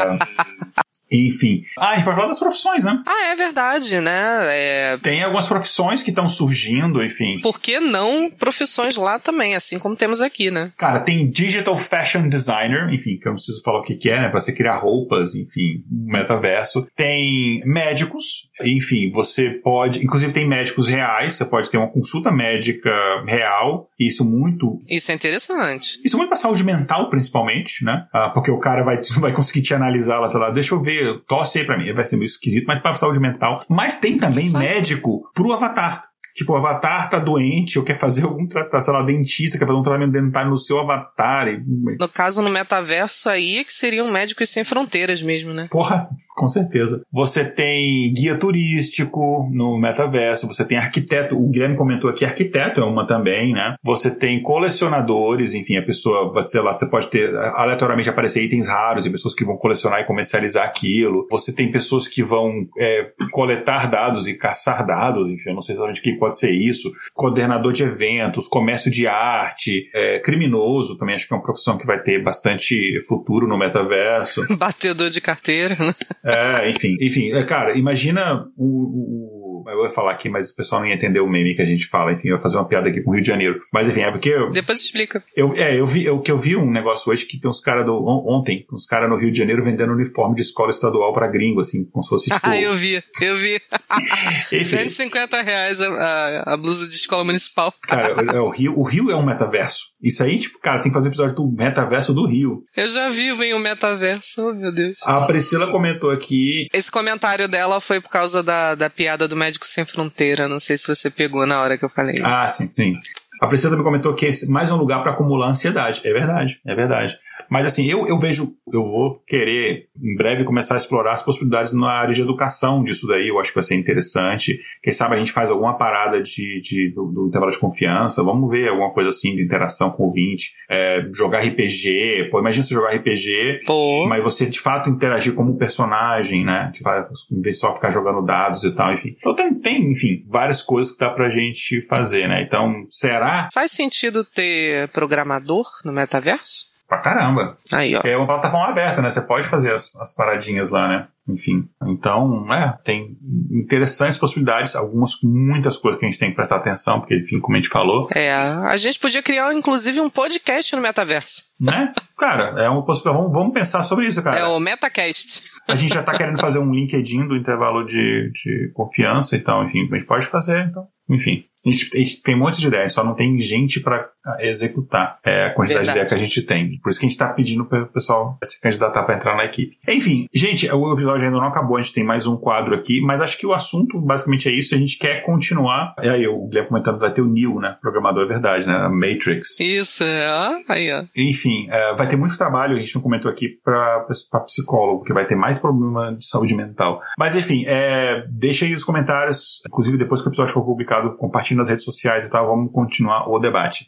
Enfim. Ah, a gente pode falar das profissões, né? Ah, é verdade, né? É... Tem algumas profissões que estão surgindo, enfim. Por que não profissões lá também, assim como temos aqui, né? Cara, tem Digital Fashion Designer, enfim, que eu não preciso falar o que que é, né? Pra você criar roupas, enfim, metaverso. Tem médicos, enfim, você pode... Inclusive tem médicos reais, você pode ter uma consulta médica real, isso muito... Isso é interessante. Isso muito pra saúde mental, principalmente, né? Ah, porque o cara vai, vai conseguir te analisar lá, sei lá, deixa eu ver, tosse aí pra mim, vai ser meio esquisito, mas para saúde mental. Mas tem também Nossa. médico pro avatar. Tipo, o avatar tá doente, ou quer fazer algum tratamento, sei lá, dentista, quer fazer um tratamento dentário no seu avatar. E... No caso, no metaverso aí, é que seriam médicos sem fronteiras mesmo, né? Porra, com certeza. Você tem guia turístico no metaverso, você tem arquiteto, o Guilherme comentou aqui, arquiteto é uma também, né? Você tem colecionadores, enfim, a pessoa, sei lá, você pode ter, aleatoriamente aparecer itens raros, e pessoas que vão colecionar e comercializar aquilo. Você tem pessoas que vão é, coletar dados e caçar dados, enfim, eu não sei exatamente o que pode ser isso, coordenador de eventos, comércio de arte, é, criminoso também, acho que é uma profissão que vai ter bastante futuro no metaverso. Batedor de carteira, né? É, enfim, enfim, cara, imagina o, o eu vou falar aqui, mas o pessoal não ia entender o meme que a gente fala, enfim, eu vou fazer uma piada aqui com o Rio de Janeiro, mas enfim, é porque eu, depois explica. Eu, é, eu vi, eu, que eu vi um negócio hoje que tem uns caras do, ontem, uns caras no Rio de Janeiro vendendo uniforme de escola estadual pra gringo, assim, como se fosse tipo... Ah, eu vi, eu vi. cento e cinquenta reais a, a, a blusa de escola municipal. Cara, é, o, Rio, o Rio é um metaverso. Isso aí, tipo, cara, tem que fazer episódio do metaverso do Rio. Eu já vivo em um metaverso, oh, meu Deus. A Priscila comentou aqui... Esse comentário dela foi por causa da, da piada do Médico Sem Fronteira, não sei se você pegou na hora que eu falei. Ah, sim, sim. A Priscila também comentou que é mais um lugar para acumular ansiedade. É verdade, é verdade. Mas assim, eu, eu vejo, eu vou querer em breve começar a explorar as possibilidades na área de educação disso daí, eu acho que vai ser interessante. Quem sabe a gente faz alguma parada de, de, do, do intervalo de confiança, vamos ver alguma coisa assim de interação com o ouvinte. É, jogar R P G, pô, imagina você jogar R P G, pô. Mas você de fato interagir como personagem, né? Que vai, em vez de só ficar jogando dados e tal, enfim. Então tem, tem, enfim, várias coisas que dá pra gente fazer, né? Então, será? Faz sentido ter programador no metaverso? Pra caramba. Aí, ó. É uma plataforma aberta, né? Você pode fazer as, as paradinhas lá, né? Enfim. Então, é, tem interessantes possibilidades, algumas, muitas coisas que a gente tem que prestar atenção, porque, enfim, como a gente falou. É, a gente podia criar, inclusive, um podcast no metaverso. Né? Cara, é uma possibilidade. Vamos, vamos pensar sobre isso, cara. É o Metacast. A gente já tá querendo fazer um LinkedIn do intervalo de, de confiança, então, enfim, a gente pode fazer, então. Enfim, a gente, a gente tem um monte de ideias, só não tem gente pra executar é, a quantidade Verdade. de ideia que a gente tem. Por isso que a gente tá pedindo pro pessoal se candidatar pra entrar na equipe. Enfim, gente, o episódio ainda não acabou, a gente tem mais um quadro aqui, mas acho que o assunto basicamente é isso, a gente quer continuar. E aí, o Guilherme comentando, vai ter o Neo, né? Programador, é verdade, né? A Matrix. Isso, ó, aí, ó. Enfim, é, vai ter muito trabalho, a gente não comentou aqui, pra, pra psicólogo, que vai ter mais problema de saúde mental. Mas enfim, é, deixa aí os comentários, inclusive depois que o episódio for publicado, compartilhe nas redes sociais e tal, vamos continuar o debate.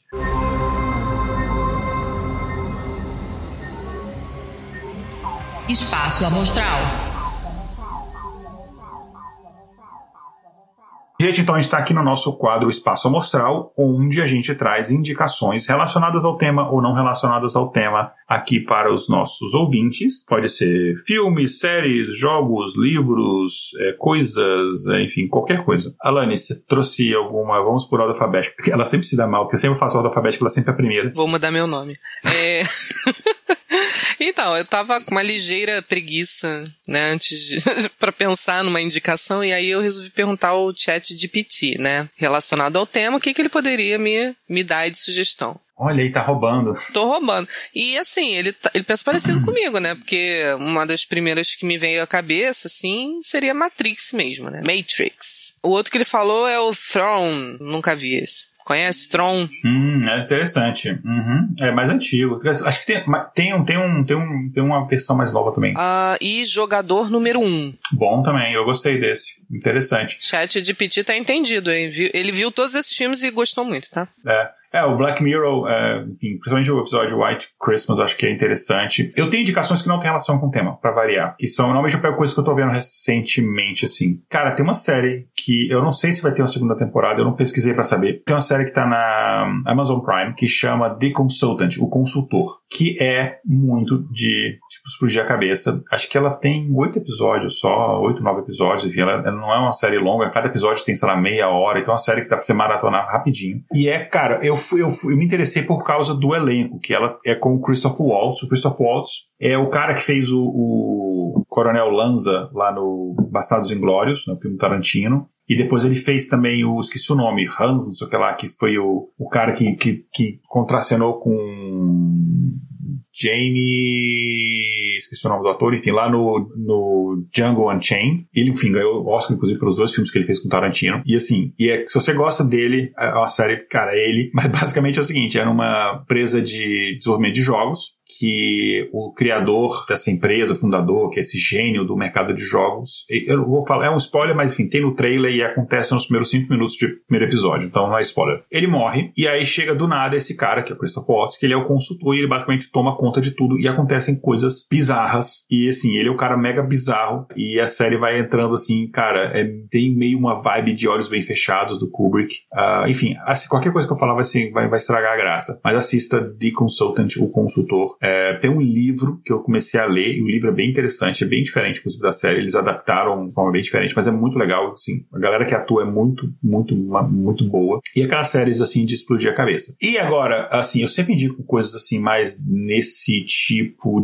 Espaço Amostral. Gente, então a gente está aqui no nosso quadro Espaço Amostral, onde a gente traz indicações relacionadas ao tema ou não relacionadas ao tema aqui para os nossos ouvintes. Pode ser filmes, séries, jogos, livros, é, coisas, é, enfim, qualquer coisa. Alane, você trouxe alguma... Vamos por ordem alfabética. Ela sempre se dá mal, porque eu sempre faço ordem alfabética, ela sempre é a primeira. Vou mudar meu nome. É... Então, eu tava com uma ligeira preguiça, né, antes de, pra pensar numa indicação, e aí eu resolvi perguntar ao chat G P T, né, relacionado ao tema, o que que ele poderia me, me dar de sugestão. Olha aí, tá roubando. Tô roubando. E assim, ele, ele pensa parecido comigo, né? Porque uma das primeiras que me veio à cabeça, assim, seria Matrix mesmo, né? Matrix. O outro que ele falou é o Throne. Nunca vi esse. Conhece? Tron? Hum, é interessante. Uhum. É mais antigo. Acho que tem, tem, um, tem, um, tem, um, tem uma versão mais nova também. Uh, e Jogador Número um. Bom também, eu gostei desse. Interessante. ChatGPT tá entendido, hein? Ele viu todos esses filmes e gostou muito, tá? É. É, o Black Mirror, é, enfim, principalmente o episódio White Christmas, acho que é interessante. Eu tenho indicações que não tem relação com o tema, pra variar. Que são, normalmente eu pego coisas que eu tô vendo recentemente, assim. Cara, tem uma série que eu não sei se vai ter uma segunda temporada, eu não pesquisei pra saber. Tem uma série que tá na Amazon Prime, que chama The Consultant, o Consultor, que é muito de, tipo, explodir a cabeça. Acho que ela tem oito episódios só, oito, nove episódios, enfim, ela, ela não é uma série longa, cada episódio tem, sei lá, meia hora, então é uma série que dá pra você maratonar rapidinho. E é, cara, eu fui, eu, fui, eu me interessei por causa do elenco, que ela é com o Christopher Waltz. O Christopher Waltz é o cara que fez o, o Coronel Lanza lá no Bastardos Inglórios, no filme Tarantino. E depois ele fez também o, esqueci o nome, Hans, não sei o que lá, que foi o, o cara que, que, que contracenou com Jamie... esqueci o nome do ator, enfim, lá no, no Django Unchained. Ele, enfim, ganhou o Oscar, inclusive, pelos dois filmes que ele fez com Tarantino. E assim, e é, se você gosta dele, é uma série, cara, é ele. Mas basicamente é o seguinte, era uma empresa de desenvolvimento de jogos, que o criador dessa empresa, o fundador, que é esse gênio do mercado de jogos, eu vou falar, é um spoiler, mas enfim, tem no trailer e acontece nos primeiros cinco minutos de primeiro episódio, então não é spoiler. Ele morre, e aí chega do nada esse cara, que é o Christopher Waltz, que ele é o consultor e ele basicamente toma conta de tudo, e acontecem coisas bizarras, e assim, ele é o cara mega bizarro, e a série vai entrando assim, cara, é, tem meio uma vibe de Olhos Bem Fechados do Kubrick, uh, enfim, assim, qualquer coisa que eu falar vai, ser, vai, vai estragar a graça, mas assista The Consultant, o Consultor. É, tem um livro que eu comecei a ler, e o livro é bem interessante, é bem diferente, inclusive, da série. Eles adaptaram de forma bem diferente, mas é muito legal, assim. A galera que atua é muito, muito, muito boa. E aquelas séries, assim, de explodir a cabeça. E agora, assim, eu sempre indico coisas, assim, mais nesse tipo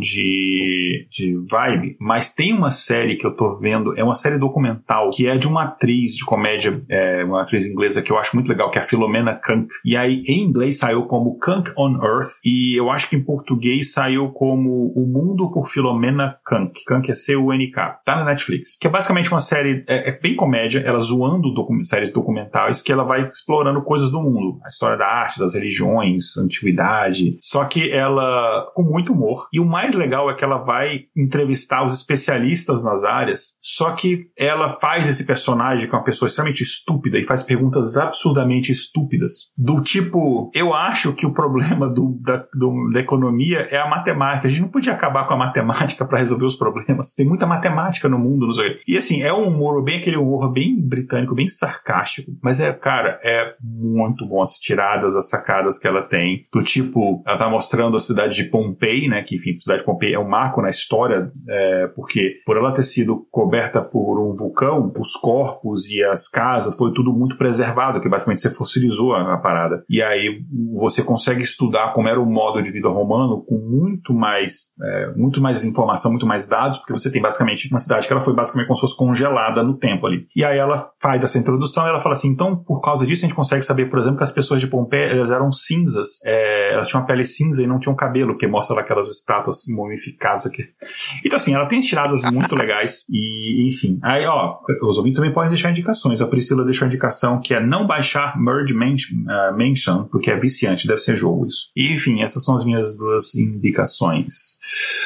de, de vibe, mas tem uma série que eu tô vendo, é uma série documental, que é de uma atriz de comédia, é, uma atriz inglesa que eu acho muito legal, que é a Philomena Kunk. E aí, em inglês, saiu como Kunk on Earth, e eu acho que em português saiu como O Mundo por Philomena Kunk. Kunk é C U N K. Tá na Netflix. Que é basicamente uma série, é, é bem comédia, ela zoando docu- séries documentais, que ela vai explorando coisas do mundo. A história da arte, das religiões, antiguidade. Só que ela, com muito humor. E o mais legal é que ela vai entrevistar os especialistas nas áreas, só que ela faz esse personagem, que é uma pessoa extremamente estúpida, e faz perguntas absurdamente estúpidas. Do tipo, eu acho que o problema do, da, do, da economia é a matemática. A gente não podia acabar com a matemática para resolver os problemas. Tem muita matemática no mundo. Não sei. E assim, é um humor, bem aquele humor bem britânico, bem sarcástico. Mas é, cara, é muito bom as tiradas, as sacadas que ela tem. Do tipo, ela tá mostrando a cidade de Pompeii, né? Que, enfim, a cidade de Pompeii é um marco na história, é, porque por ela ter sido coberta por um vulcão, os corpos e as casas, foi tudo muito preservado, que basicamente você fossilizou a, a parada. E aí você consegue estudar como era o modo de vida romano com muito mais, é, muito mais informação, muito mais dados, porque você tem basicamente uma cidade que ela foi basicamente como se fosse congelada no tempo ali. E aí ela faz essa introdução e ela fala assim, então por causa disso a gente consegue saber, por exemplo, que as pessoas de Pompeia, elas eram cinzas, é, elas tinham uma pele cinza e não tinham cabelo, porque mostra lá aquelas estátuas mumificadas aqui. Então assim, ela tem tiradas muito legais e enfim. Aí ó, os ouvintes também podem deixar indicações. A Priscila deixou a indicação que é não baixar Merge Mansion, porque é viciante, deve ser jogo isso. E enfim, essas são as minhas duas indicações.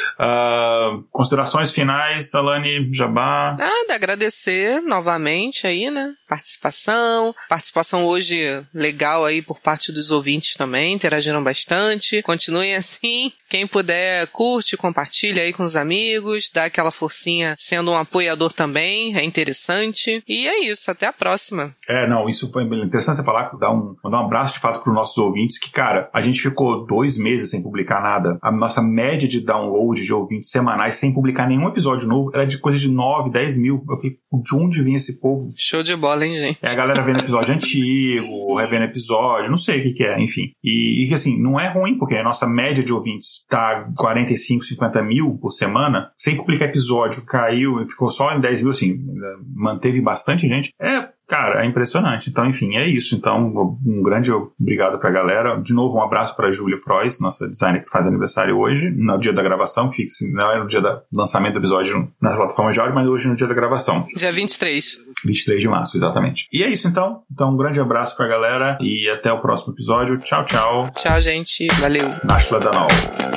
Uh, considerações finais, Alane, Jabá? Nada, agradecer novamente aí, né? Participação. Participação hoje legal aí por parte dos ouvintes também, interagiram bastante. Continuem assim. Quem puder, curte, compartilha aí com os amigos, dá aquela forcinha sendo um apoiador também, é interessante. E é isso, até a próxima. É, não, isso foi interessante você falar, dar um, mandar um abraço de fato para os nossos ouvintes, que, cara, a gente ficou dois meses sem publicar nada. A nossa média de download de ouvintes semanais sem publicar nenhum episódio novo era de coisa de nove, dez mil. Eu falei, de onde vem esse povo? Show de bola, hein, gente? É a galera vendo episódio antigo, revendo episódio, não sei o que que é, enfim. E, e assim, não é ruim, porque a nossa média de ouvintes tá quarenta e cinco, cinquenta mil por semana, sem publicar episódio, caiu, ficou só em dez mil, assim, manteve bastante gente. É, Cara, é impressionante. Então, enfim, é isso. Então, um grande obrigado pra galera. De novo, um abraço pra Júlia Frois, nossa designer que faz aniversário hoje, no dia da gravação, que não é no dia do lançamento do episódio na plataforma de áudio, mas hoje no dia da gravação. Dia vinte e três. vinte e três de março, exatamente. E é isso, então. Então, um grande abraço pra galera e até o próximo episódio. Tchau, tchau. Tchau, gente. Valeu. Nashla Danol.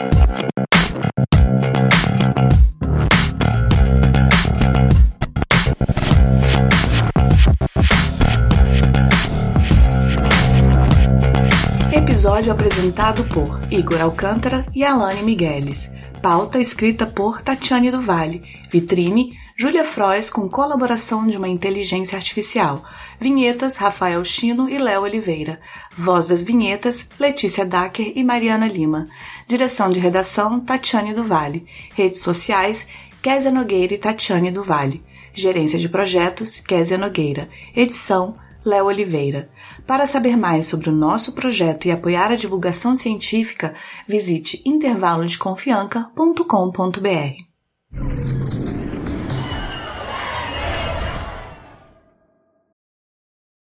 Episódio apresentado por Igor Alcântara e Alane Migueles. Pauta escrita por Tatiane do Vale. Vitrine, Júlia Frois com colaboração de uma inteligência artificial. Vinhetas, Rafael Chino e Léo Oliveira. Voz das vinhetas, Letícia Dacker e Mariana Lima. Direção de redação, Tatiane do Vale. Redes sociais, Kézia Nogueira e Tatiane do Vale. Gerência de projetos, Kézia Nogueira. Edição, Léo Oliveira. Para saber mais sobre o nosso projeto e apoiar a divulgação científica, visite intervalo de confianca ponto com ponto b r.